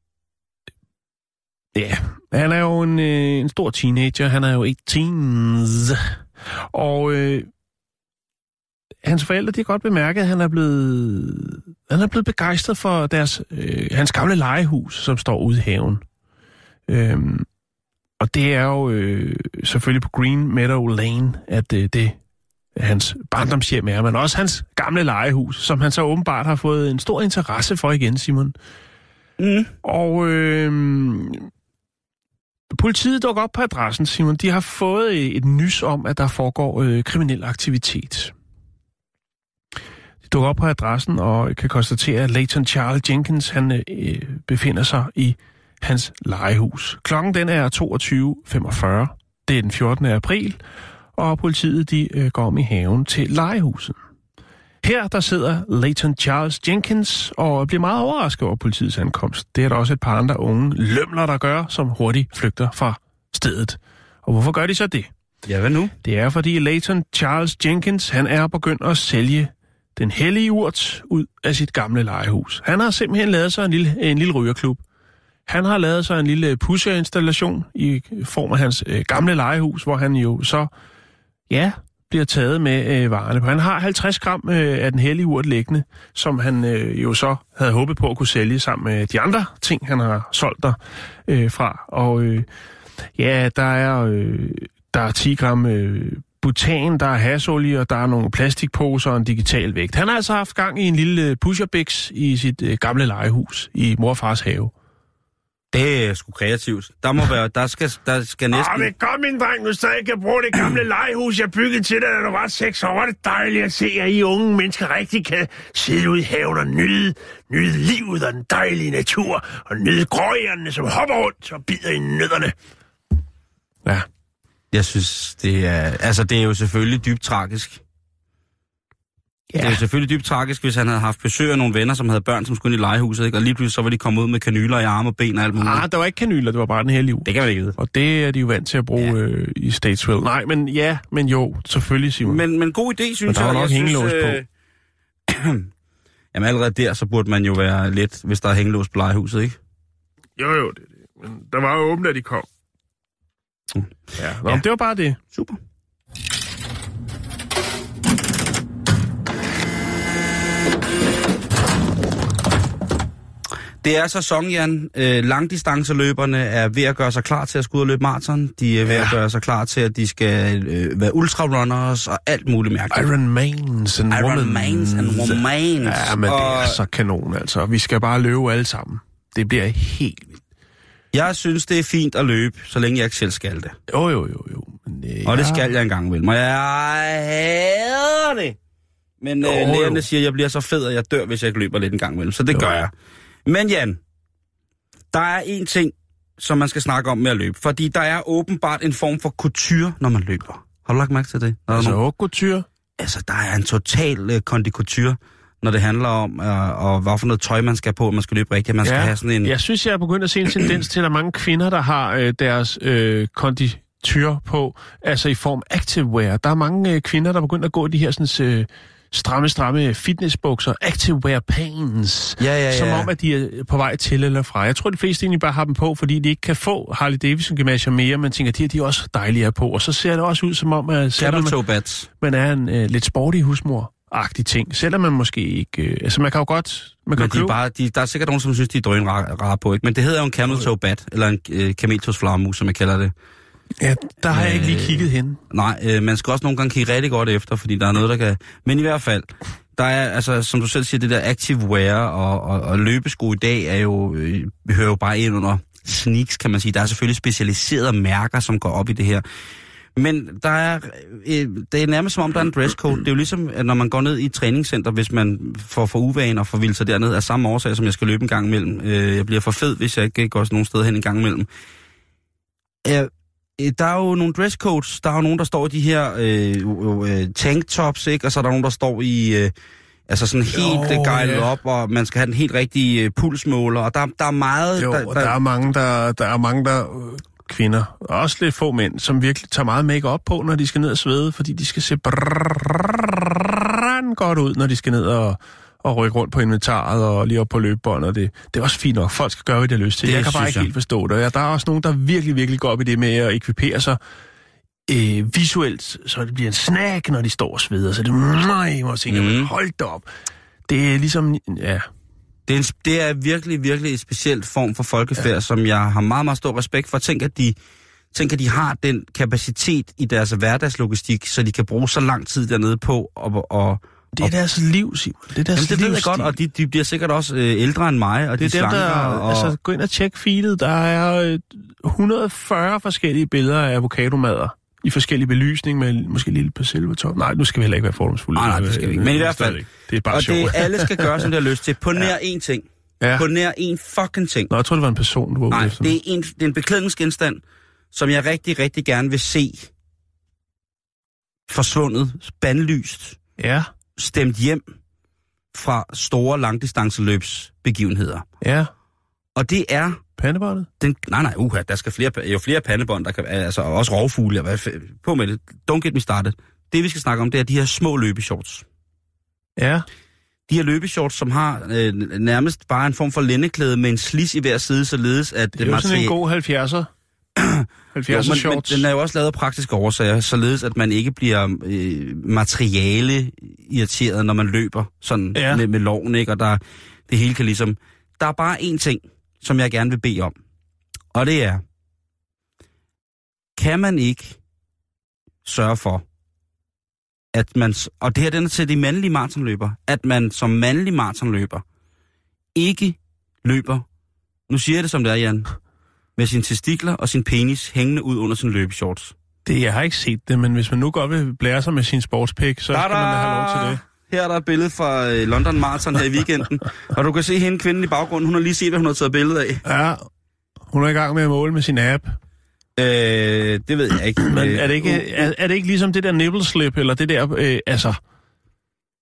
Ja, han er jo en, øh, en stor teenager. Han er jo atten. Og øh, hans forældre, de har godt bemærket, at han er blevet, han er blevet begejstret for deres, øh, hans gamle legehus, som står ude i haven. Øhm, og det er jo øh, selvfølgelig på Green Meadow Lane, at øh, det hans barndomshjem er, men også hans gamle legehus, som han så åbenbart har fået en stor interesse for igen, Simon. Mm. Og øh, politiet dukker op på adressen, Simon. De har fået et nys om, at der foregår øh, kriminel aktivitet. De dukker op på adressen og kan konstatere, at Layton Charles Jenkins han, øh, befinder sig i hans legehus. Klokken den er toogtyve femogfyrre. Det er den fjortende april, og politiet de, øh, går om i haven til legehuset. Her der sidder Layton Charles Jenkins og bliver meget overrasket over politiets ankomst. Det er der også et par andre unge lømler, der gør, som hurtigt flygter fra stedet. Og hvorfor gør de så det? Ja, hvad nu? Det er, fordi Layton Charles Jenkins, han er begyndt at sælge den hellige urt ud af sit gamle legehus. Han har simpelthen lavet sig en lille, en lille rygerklub. Han har lavet sig en lille pusherinstallation i form af hans øh, gamle legehus, hvor han jo så, ja... bliver taget med øh, varerne på. Han har halvtreds gram øh, af den hellige urt liggende, som han øh, jo så havde håbet på at kunne sælge sammen med de andre ting, han har solgt der øh, fra. Og øh, ja, der er, øh, der er ti gram øh, butan, der er hasolie, og der er nogle plastikposer og en digital vægt. Han har altså haft gang i en lille pusherbix i sit øh, gamle legehus i mor og fars have. Det er sgu kreativt. Der må være, der skal, der skal næsten... Åh, det er godt, min dreng, du stadig kan bruge det gamle legehus, jeg byggede til dig, da du var seks år. Det er dejligt at se, at I unge mennesker rigtig kan sidde ude i haven og nyde, nyde livet og den dejlige natur, og nyde gråjerne, som hopper rundt og bider i nødderne. Ja. Jeg synes, det er... Altså, det er jo selvfølgelig dybt tragisk. Ja. Det er jo selvfølgelig dybt tragisk, hvis han havde haft besøg af nogle venner, som havde børn, som skulle ind i legehuset, ikke? Og lige pludselig så var de kommet ud med kanyler i arme og ben og alt muligt. Ah, der var ikke kanyler, det var bare den hellige uge. Det kan man ikke vide. Og det er de jo vant til at bruge ja. øh, i Statesville. Nej, men ja, men jo, selvfølgelig, Simon. Men, men god idé, synes jeg. Men der var nok hængelås øh... på. Jamen allerede der, så burde man jo være lidt, hvis der er hængelås på legehuset, ikke? Jo, jo, det er det. Men der var jo åbent, da de kom. Mm. Ja, nå, ja. Det var bare det. Super. Det er sæson, Jan. Øh, langdistanceløberne er ved at gøre sig klar til at skulle ud og løbe maraton. De er ved ja. at gøre sig klar til, at de skal øh, være ultrarunners og alt muligt mærkeligt. Ironmans and Ironmans and womans. Ja, men og... det er så kanon, altså. Vi skal bare løbe alle sammen. Det bliver helt vildt. Jeg synes, det er fint at løbe, så længe jeg ikke selv skal det. Jo, jo, jo, jo. Men, øh, og det ja. skal jeg engang imellem. Og jeg hader det. Men øh, lægerne siger, at jeg bliver så fed, at jeg dør, hvis jeg ikke løber lidt en gang imellem. Så det jo. gør jeg. Men Jan, der er en ting, som man skal snakke om med at løbe. Fordi der er åbenbart en form for couture, når man løber. Har du lagt mærke til det? Der altså nogen... couture? Altså, der er en total uh, kondikuture, når det handler om, uh, og hvad for noget tøj man skal på, man skal løbe rigtigt. Man skal ja. have sådan en... Jeg synes, jeg er begyndt at se en tendens til, at der er mange kvinder, der har øh, deres øh, konditur på, altså i form activewear. Der er mange øh, kvinder, der er begyndt at gå i de her sådan... Øh, stramme, stramme fitnessbukser, activewear pants, ja, ja, ja. som om, at de er på vej til eller fra. Jeg tror, de fleste egentlig bare har dem på, fordi de ikke kan få Harley Davidson gymnasier mere, men tænker, de er de også dejlige på. Og så ser det også ud som om, at selvom man, man er en uh, lidt sporty husmor-agtig ting, selvom man måske ikke... Uh, altså, man kan jo godt... Man kan men de er bare, de, der er sikkert nogen, som synes, de er drøn rare på, ikke? Men det hedder jo en camel toe bat, eller en uh, kameltoesflagermus, som jeg kalder det. Ja, der har jeg ikke lige kigget hen. Nej, øh, man skal også nogle gange kigge rigtig godt efter, fordi der er noget, der kan... Men i hvert fald, der er, altså, som du selv siger, det der active wear og, og, og løbesko i dag er jo, øh, hører jo bare ind under sneaks, kan man sige. Der er selvfølgelig specialiserede mærker, som går op i det her. Men der er, øh, det er nærmest som om, der er en dresscode. Det er jo ligesom, at når man går ned i et træningscenter, hvis man får for uvanen og får vildt sig derned, af samme årsag, som jeg skal løbe en gang imellem. Øh, jeg bliver for fed, hvis jeg ikke går nogen sted hen en gang imellem. Øh, Der er jo nogle dresscodes. Der er jo nogen, der står i de her øh, tanktops, ikke? Og så er der nogen, der står i... Øh, altså sådan helt oh, gejlet yeah. op, og man skal have den helt rigtige øh, pulsmåler. Og der, der er meget... Jo, der, og der, der er mange, der, der, er mange, der øh, kvinder, og også lidt få mænd, som virkelig tager meget make-up på, når de skal ned og svede, fordi de skal se brrrr godt ud, når de skal ned og... og rykke rundt på inventaret og lige op på løbebåndet. Det, det er også fint nok. Folk skal gøre, hvad de har lyst til. Det jeg kan bare ikke jeg. helt forstå det. Ja, der er også nogen, der virkelig, virkelig går op i det med at ekvipere sig øh, visuelt, så det bliver en snack, når de står og sveder. Så det nej, må tænke, mm. hold da op. Det er ligesom, ja... Det er, en, det er virkelig, virkelig et specielt form for folkefærd, ja. som jeg har meget, meget stor respekt for. Tænk, at de, tænk, at de har den kapacitet i deres hverdagslogistik, så de kan bruge så lang tid dernede på og... og det er deres liv, Simon. Det er deres Jamen, det livsstil. ved jeg godt, og de, de bliver sikkert også øh, ældre end mig, og det de er dem, slanker. der, og... altså, gå ind og tjek feedet. Der er øh, et hundrede og fyrre forskellige billeder af avocadomadder i forskellige belysning med måske lille på silvertop. Nej, nu skal vi heller ikke være fordomsfulde. Nej, nej, det skal vi ikke. Men i hvert fald, det er bare og sjovt. det alle skal gøre, som de har lyst til. På nær én ting. Ja. På nær én fucking ting. Nå, jeg tror, det var en person, du var Nej, efter. det er, en, det er en beklædningsgenstand, som jeg rigtig, rigtig gerne vil se forsvundet, bandlyst, ja. stemt hjem fra store langdistanceløbsbegivenheder. Ja. Og det er... Pandebåndet? Den, nej, nej, uha, der skal flere, jo flere pandebånd, der kan, altså også rovfugle, hvad, på med det. Don't get me started. Det, vi skal snakke om, det er de her små løbeshorts. Ja. De her løbeshorts, som har øh, nærmest bare en form for lændeklæde med en slis i hver side, således at... Det er jo sådan en god halvfjerdser. halvfjerdser shorts. Men den er jo også lavet af praktiske årsager, således at man ikke bliver øh, materiale irriteret, når man løber sådan ja. med, med loven, ikke? Og der, det hele kan ligesom... Der er bare én ting, som jeg gerne vil bede om. Og det er, kan man ikke sørge for, at man... Og det her den er til de mandlige maratonløber, at man som mandlig maratonløber ikke løber... Nu siger jeg det, som det er, Jan... med sine testikler og sin penis hængende ud under sin løbeshorts. Det, jeg har ikke set det, men hvis man nu godt vil blære sig med sin sportspæk, så Da-da! skal man da have lov til det. Her er der et billede fra London Marathon her i weekenden, og du kan se hende, kvinden i baggrunden, hun har lige set, hvad hun har taget billede af. Ja, hun er i gang med at måle med sin app. Øh, det ved jeg ikke. Men er det ikke, er, er det ikke ligesom det der nipple slip, eller det der, øh, altså...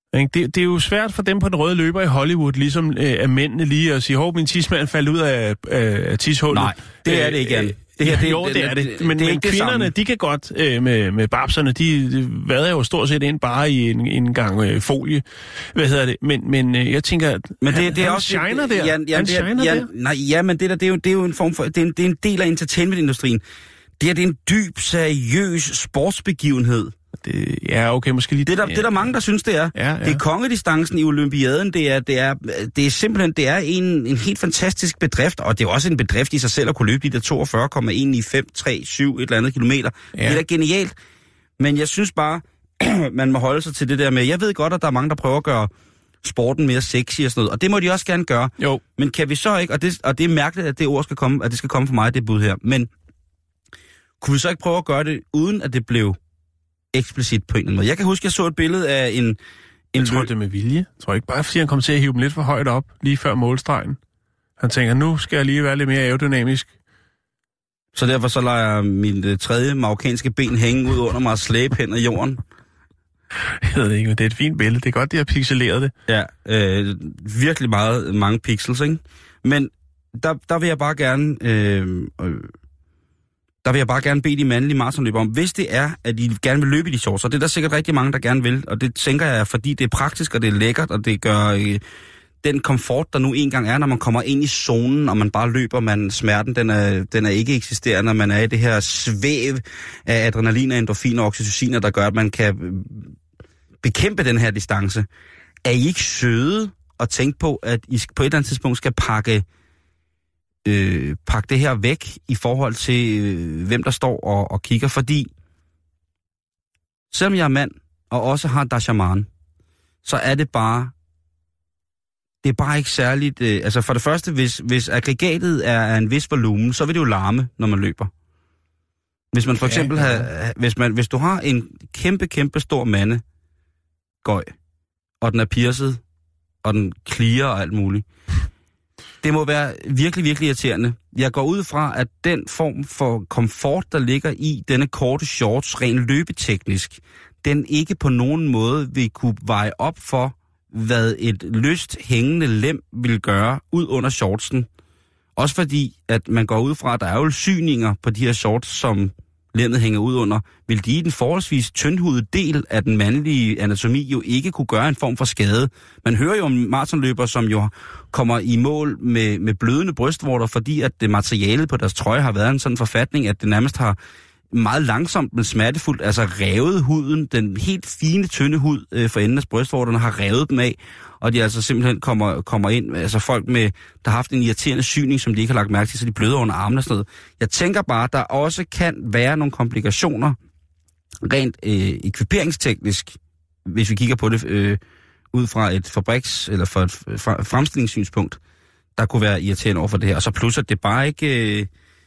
Det, det er jo svært for dem på den røde løber i Hollywood, ligesom øh, er mændene lige at sige, hov, min tidsmand faldt ud af, af, af tishullet. Nej, det er det ikke, Jan. Det her, det, jo, det er det. det, det men, det er men kvinderne, det de kan godt øh, med, med babserne, de, de vader jo stort set ind bare i en, en gang øh, folie. Hvad hedder det? Men, men øh, jeg tænker, at men det, han, det er han også, shiner der. Jan, Jan, han det er, shiner Jan, der. Nej, ja, men det der, det er jo, det er jo en form for, det er en, det er en del af entertainmentindustrien. Det her, det er en dyb, seriøs sportsbegivenhed. Det, ja, okay, måske lige... Det er der, ja. det er der mange, der synes, det er. Ja, ja. Det er kongedistancen i Olympiaden. Det er, det er, det er simpelthen det er en, en helt fantastisk bedrift, og det er også en bedrift i sig selv at kunne løbe de der toogfyrre komma en ni fem tre syv et eller andet kilometer. Ja. Det er da genialt. Men jeg synes bare, man må holde sig til det der med... Jeg ved godt, at der er mange, der prøver at gøre sporten mere sexy og sådan noget, og det må de også gerne gøre. Jo. Men kan vi så ikke... Og det, og det er mærkeligt, at det ord skal komme, at det skal komme fra mig, det bud her. Men kunne vi så ikke prøve at gøre det, uden at det blev eksplicit på en eller anden måde? Jeg kan huske, at jeg så et billede af en... en jeg tror, det er med vilje. Jeg tror ikke bare, fordi han kom til at hive dem lidt for højt op, lige før målstregen. Han tænker, nu skal jeg lige være lidt mere aerodynamisk. Så derfor så lader jeg min uh, tredje marokkanske ben hænge ud under mig og slæbe hen ad jorden. Jeg ved ikke, men det er et fint billede. Det er godt, de har pixeleret det. Ja, øh, virkelig meget, mange pixels, ikke? Men der, der vil jeg bare gerne... Øh, øh, Der vil jeg bare gerne bede de mandlige maratonløbere om, hvis det er, at de gerne vil løbe i de shorts, og det er der sikkert rigtig mange, der gerne vil, og det tænker jeg, fordi det er praktisk, og det er lækkert, og det gør øh, den komfort, der nu engang er, når man kommer ind i zonen, og man bare løber, man smerten, den er, den er ikke eksisterende, når man er i det her svæv af adrenalin, endorfin og oxytociner, der gør, at man kan bekæmpe den her distance. Er I ikke søde at tænke på, at I på et eller andet tidspunkt skal pakke Øh, pakke det her væk i forhold til, øh, hvem der står og, og kigger, fordi selvom jeg er mand, og også har dashaman, så er det bare, det er bare ikke særligt, øh, altså for det første, hvis, hvis aggregatet er af en vis volumen, så vil det jo larme, når man løber. Hvis man for eksempel ja, ja. har, hvis, man, hvis du har en kæmpe, kæmpe stor mandegøj, og den er pierced, og den clear og alt muligt, det må være virkelig, virkelig irriterende. Jeg går ud fra, at den form for komfort, der ligger i denne korte shorts, rent løbeteknisk, den ikke på nogen måde vil kunne veje op for, hvad et løst hængende lem vil gøre ud under shortsen. Også fordi, at man går ud fra, at der er jo syninger på de her shorts, som lemmet hænger ud under. Vil de i den forholdsvis tyndhudede del af den mandlige anatomi jo ikke kunne gøre en form for skade? Man hører jo om maratonløbere, som jo kommer i mål med, med blødende brystvorter, fordi at det materialet på deres trøje har været en sådan forfatning, at det nærmest har meget langsomt, men smertefuldt, altså revet huden, den helt fine, tynde hud øh, for enden af brystvorterne har revet dem af, og de altså simpelthen kommer, kommer ind, altså folk med, der har haft en irriterende syning, som de ikke har lagt mærke til, så de bløder under armene og sådan noget. Jeg tænker bare, at der også kan være nogle komplikationer, rent øh, ekviperingsteknisk, hvis vi kigger på det øh, ud fra et fabriks- eller fra et fremstillingssynspunkt, der kunne være irriterende over for det her. Og så plus, at det bare ikke... Øh,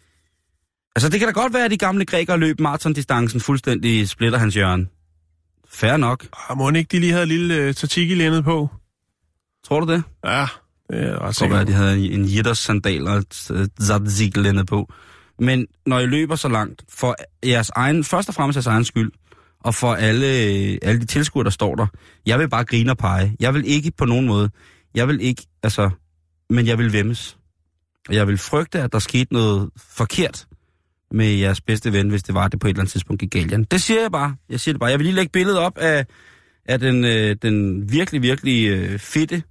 altså, det kan da godt være, at de gamle grækere løb maratondistancen fuldstændig splitter hans hjørne. Fair nok. Og må ikke de lige havde et lille uh, tzatziki-lændet på? Tror du det? Ja, det er ret sikkert. Det kan være, at de havde en jitters-sandal og et uh, tzatziki-lændet på. Men når I løber så langt, for jeres egen, først og fremmest jeres egen skyld, og for alle, alle de tilskuere, der står der, jeg vil bare grine og pege. Jeg vil ikke på nogen måde. Jeg vil ikke, altså, men jeg vil væmmes. Og jeg vil frygte, at der skete noget forkert med jeres bedste ven, hvis det var det på et eller andet tidspunkt gik galt. Det siger jeg bare. Jeg siger det bare. Jeg vil lige lægge billedet op af, af den, øh, den virkelig, virkelig øh, fedte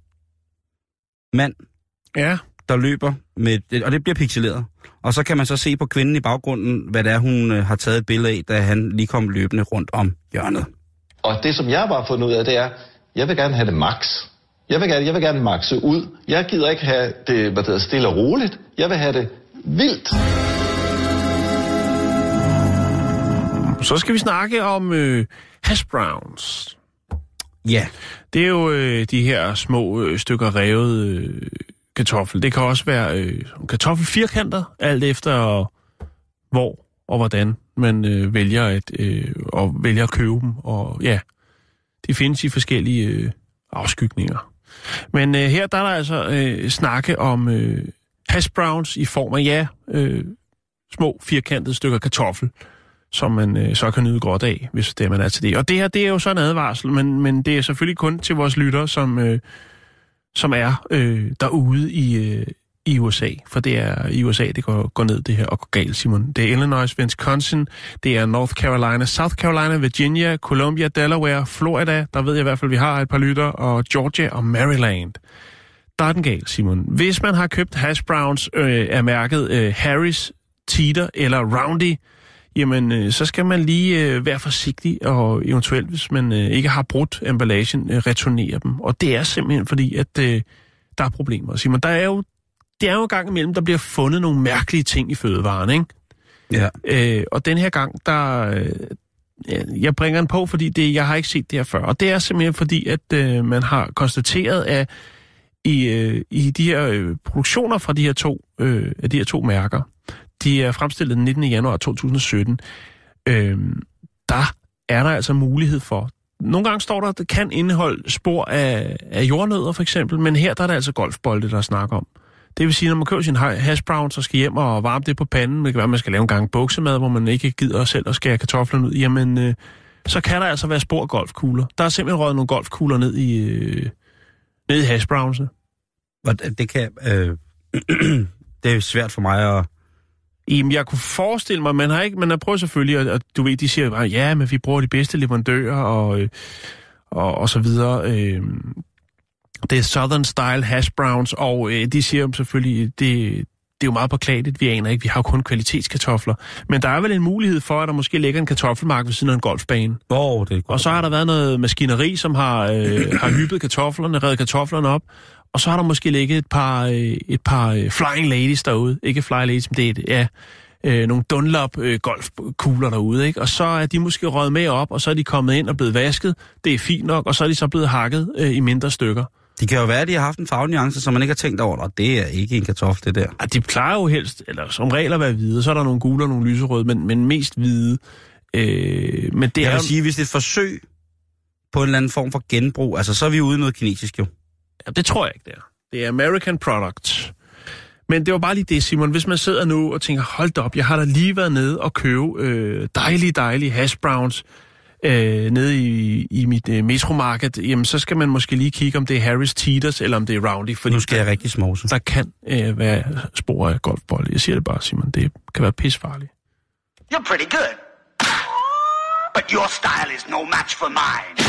mand, ja, der løber med, og det bliver pixeleret. Og så kan man så se på kvinden i baggrunden, hvad det er, hun øh, har taget et billede af, da han lige kom løbende rundt om hjørnet. Og det, som jeg bare har fundet ud af, det er, jeg vil gerne have det max. Jeg vil gerne, jeg vil gerne maxe ud. Jeg gider ikke have det, hvad det hedder, stille og roligt. Jeg vil have det vildt. Så skal vi snakke om øh, hash browns. Ja. Det er jo øh, de her små øh, stykker revet øh, kartoffel. Det kan også være øh, kartoffelfirkanter, alt efter hvor og hvordan man øh, vælger, at, øh, og vælger at købe dem. Og ja, de findes i forskellige øh, afskygninger. Men øh, her der er der altså øh, snakke om øh, hash browns i form af, ja, øh, små firkantede stykker kartoffel, som man øh, så kan nyde godt af, hvis det er, man er til det. Og det her, det er jo så en advarsel, men, men det er selvfølgelig kun til vores lyttere, som, øh, som er øh, derude i, øh, i U S A. For det er i U S A, det går, går ned det her og går galt, Simon. Det er Illinois, Wisconsin, det er North Carolina, South Carolina, Virginia, Columbia, Delaware, Florida, der ved jeg i hvert fald, vi har et par lyttere, og Georgia og Maryland. Der er den galt, Simon. Hvis man har købt hash browns øh, af mærket øh, Harris, Teeter eller Roundy, jamen, øh, så skal man lige øh, være forsigtig, og eventuelt, hvis man øh, ikke har brudt emballagen, øh, returnere dem. Og det er simpelthen fordi, at øh, der er problemer. Simon, der er jo, det er jo en gang imellem, der bliver fundet nogle mærkelige ting i fødevaren, ikke? Ja. Øh, og den her gang, der... Øh, jeg bringer den på, fordi det, jeg har ikke set det her før. Og det er simpelthen fordi, at øh, man har konstateret, at i, øh, i de her øh, produktioner fra de her to, øh, af de her to mærker, de er fremstillet den nittende januar to tusind og sytten, øh, der er der altså mulighed for. Nogle gange står der, at det kan indeholde spor af, af jordnødder for eksempel, men her der er der altså golfbolde, der snakker om. Det vil sige, når man køber sin hash brown, så skal hjem og varme det på panden. Det kan være, at man skal lave en gang buksemad, hvor man ikke gider selv at skære kartoflerne ud. Jamen, øh, så kan der altså være spor golfkugler. Der er simpelthen røget nogle golfkugler ned i, øh, ned i hash brownsene. Det kan... Øh, det er svært for mig at... Jamen, jeg kunne forestille mig, man har ikke, man har prøvet selvfølgelig, og, og du ved, de siger bare, ja, men vi bruger de bedste leverandører, og, øh, og, og så videre. Øh, det er Southern Style Hash Browns, og øh, de siger selvfølgelig, det, det er jo meget påklageligt, vi aner ikke, vi har jo kun kvalitetskartofler. Men der er vel en mulighed for, at der måske ligger en kartoffelmark ved siden af en golfbane. Oh, det er og så har der været noget maskineri, som har, øh, har hyppet kartoflerne, reddet kartoflerne op, og så har der måske ligget et par, øh, et par øh, flying ladies derude. Ikke flying ladies, men det er et, ja, øh, nogle Dunlop øh, golfkugler derude, ikke? Og så er de måske røget med op, og så er de kommet ind og blevet vasket. Det er fint nok, og så er de så blevet hakket øh, i mindre stykker. Det kan jo være, at de har haft en farvenuance, som man ikke har tænkt over, og det er ikke en kartoffel, det der. Ja, de plejer jo helst, eller som regel at være hvide, så er der nogle gule og nogle lyserøde, men, men mest hvide. Øh, men det Jeg er vil jo... sige, hvis det er et forsøg på en eller anden form for genbrug, altså så er vi ude i noget kinesisk jo. Ja, det tror jeg ikke, det er. Det er American Products. Men det var bare lige det, Simon. Hvis man sidder nu og tænker, hold da op, jeg har da lige været nede og købe øh, dejlige, dejlige hash browns øh, nede i, i mit øh, metromarked, jamen så skal man måske lige kigge, om det er Harris Teeters, eller om det er Roundy. Fordi nu skal jeg rigtig småse. Der kan øh, være spor af golfbold. Jeg siger det bare, Simon. Det kan være pisfarligt. You're pretty good. But your style is no match for mine.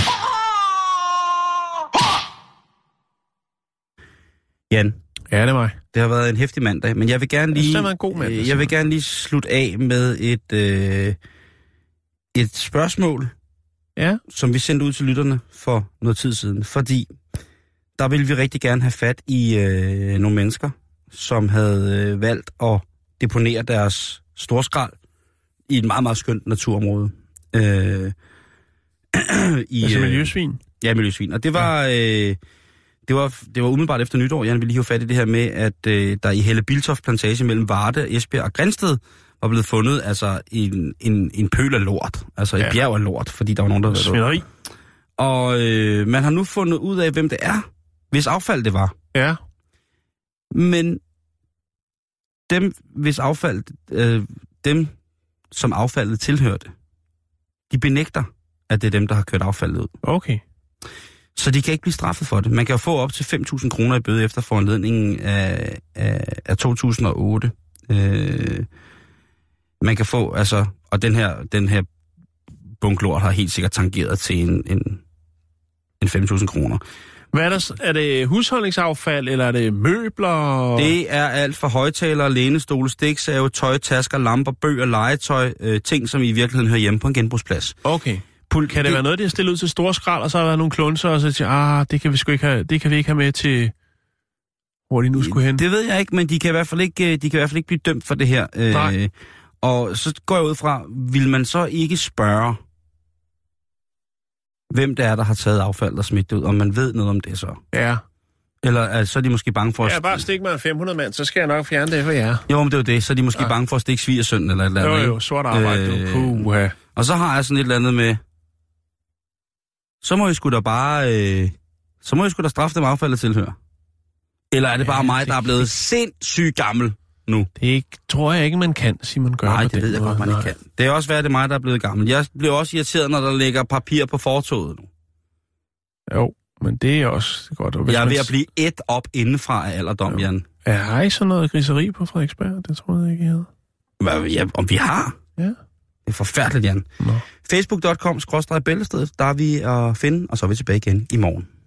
Jan. Ja, det er mig. Det har været en heftig mandag, men jeg vil gerne lige... Det var en god mandag, jeg vil gerne lige slutte af med et, øh, et spørgsmål, ja, som vi sendte ud til lytterne for noget tid siden. Fordi der ville vi rigtig gerne have fat i øh, nogle mennesker, som havde øh, valgt at deponere deres storskrald i et meget, meget skønt naturområde. Øh, i, altså miljøsvin? Øh, ja, miljøsvin. Og det var... Øh, Det var, det var umiddelbart efter nytår, jeg ville lige have fat i det her med, at øh, der i Helle Biltoft Plantage mellem Varde, Esbjerg og Grænsted var blevet fundet altså en, en, en pøl af lort. Altså et ja. bjerg af lort, fordi der var nogen, der havde været. Og øh, man har nu fundet ud af, hvem det er, hvis affald det var. Ja. Men dem, hvis affald, øh, dem som affaldet tilhørte, de benægter, at det er dem, der har kørt affaldet ud. Okay. Så de kan ikke blive straffet for det. Man kan jo få op til fem tusind kroner i bøde efter foranledningen af, af, af to tusind og otte. Øh, man kan få, altså, og den her, den her bunklort har helt sikkert tangeret til en, en, en fem tusind kroner. Hvad er der? Er det husholdningsaffald, eller er det møbler? Det er alt fra højtalere, lænestole, stiksave, tøj, tasker, lamper, bøger, legetøj, øh, ting, som i virkeligheden hører hjemme på en genbrugsplads. Okay. Kan det, det være noget, de har stillet ud til store skrald, og så har der været nogle klunser, og så siger, ah, det kan vi sgu ikke have, det kan vi ikke have med til, hvor de nu skulle hen? Det ved jeg ikke, men de kan i hvert fald ikke, de kan i hvert fald ikke blive dømt for det her. Nej. Øh, og så går jeg ud fra, vil man så ikke spørge, hvem det er, der har taget affald og smidt det ud, om man ved noget om det så? Ja. Eller er, så er de måske bange for at... Ja, bare stik mig en fem hundrede mand, så skal jeg nok fjerne det for jer. Jo, men det er jo det. Så er de måske ja. bange for at stikke svigersønnen eller et eller andet. Jo, jo, sort arbejde, øh, du. Uh. Og så har jeg sådan et eller andet med... Så må I sgu da bare... Øh, så må I sgu da straffe dem affaldet tilhører. Eller er det bare ja, mig, der er blevet sindssygt gammel? nu. Det er ikke, tror jeg ikke, man kan, Simon, gøre. Nej, på det ved jeg måde. godt, man Nej. ikke kan. Det er også været det mig, der er blevet gammel. Jeg bliver også irriteret, når der ligger papir på fortovet nu. Jo, men det er også godt. Og hvis jeg er man... ved at blive et op indenfra af alderdom, Jan. Ja, har I sådan noget griseri på Frederiksberg? Det tror jeg ikke, I havde. Hvad, ja, om vi har? Ja. Det er forfærdeligt, Jan. Nå. Facebook punktum com skråstreg bæltestedet, der er vi at finde, og så er vi tilbage igen i morgen.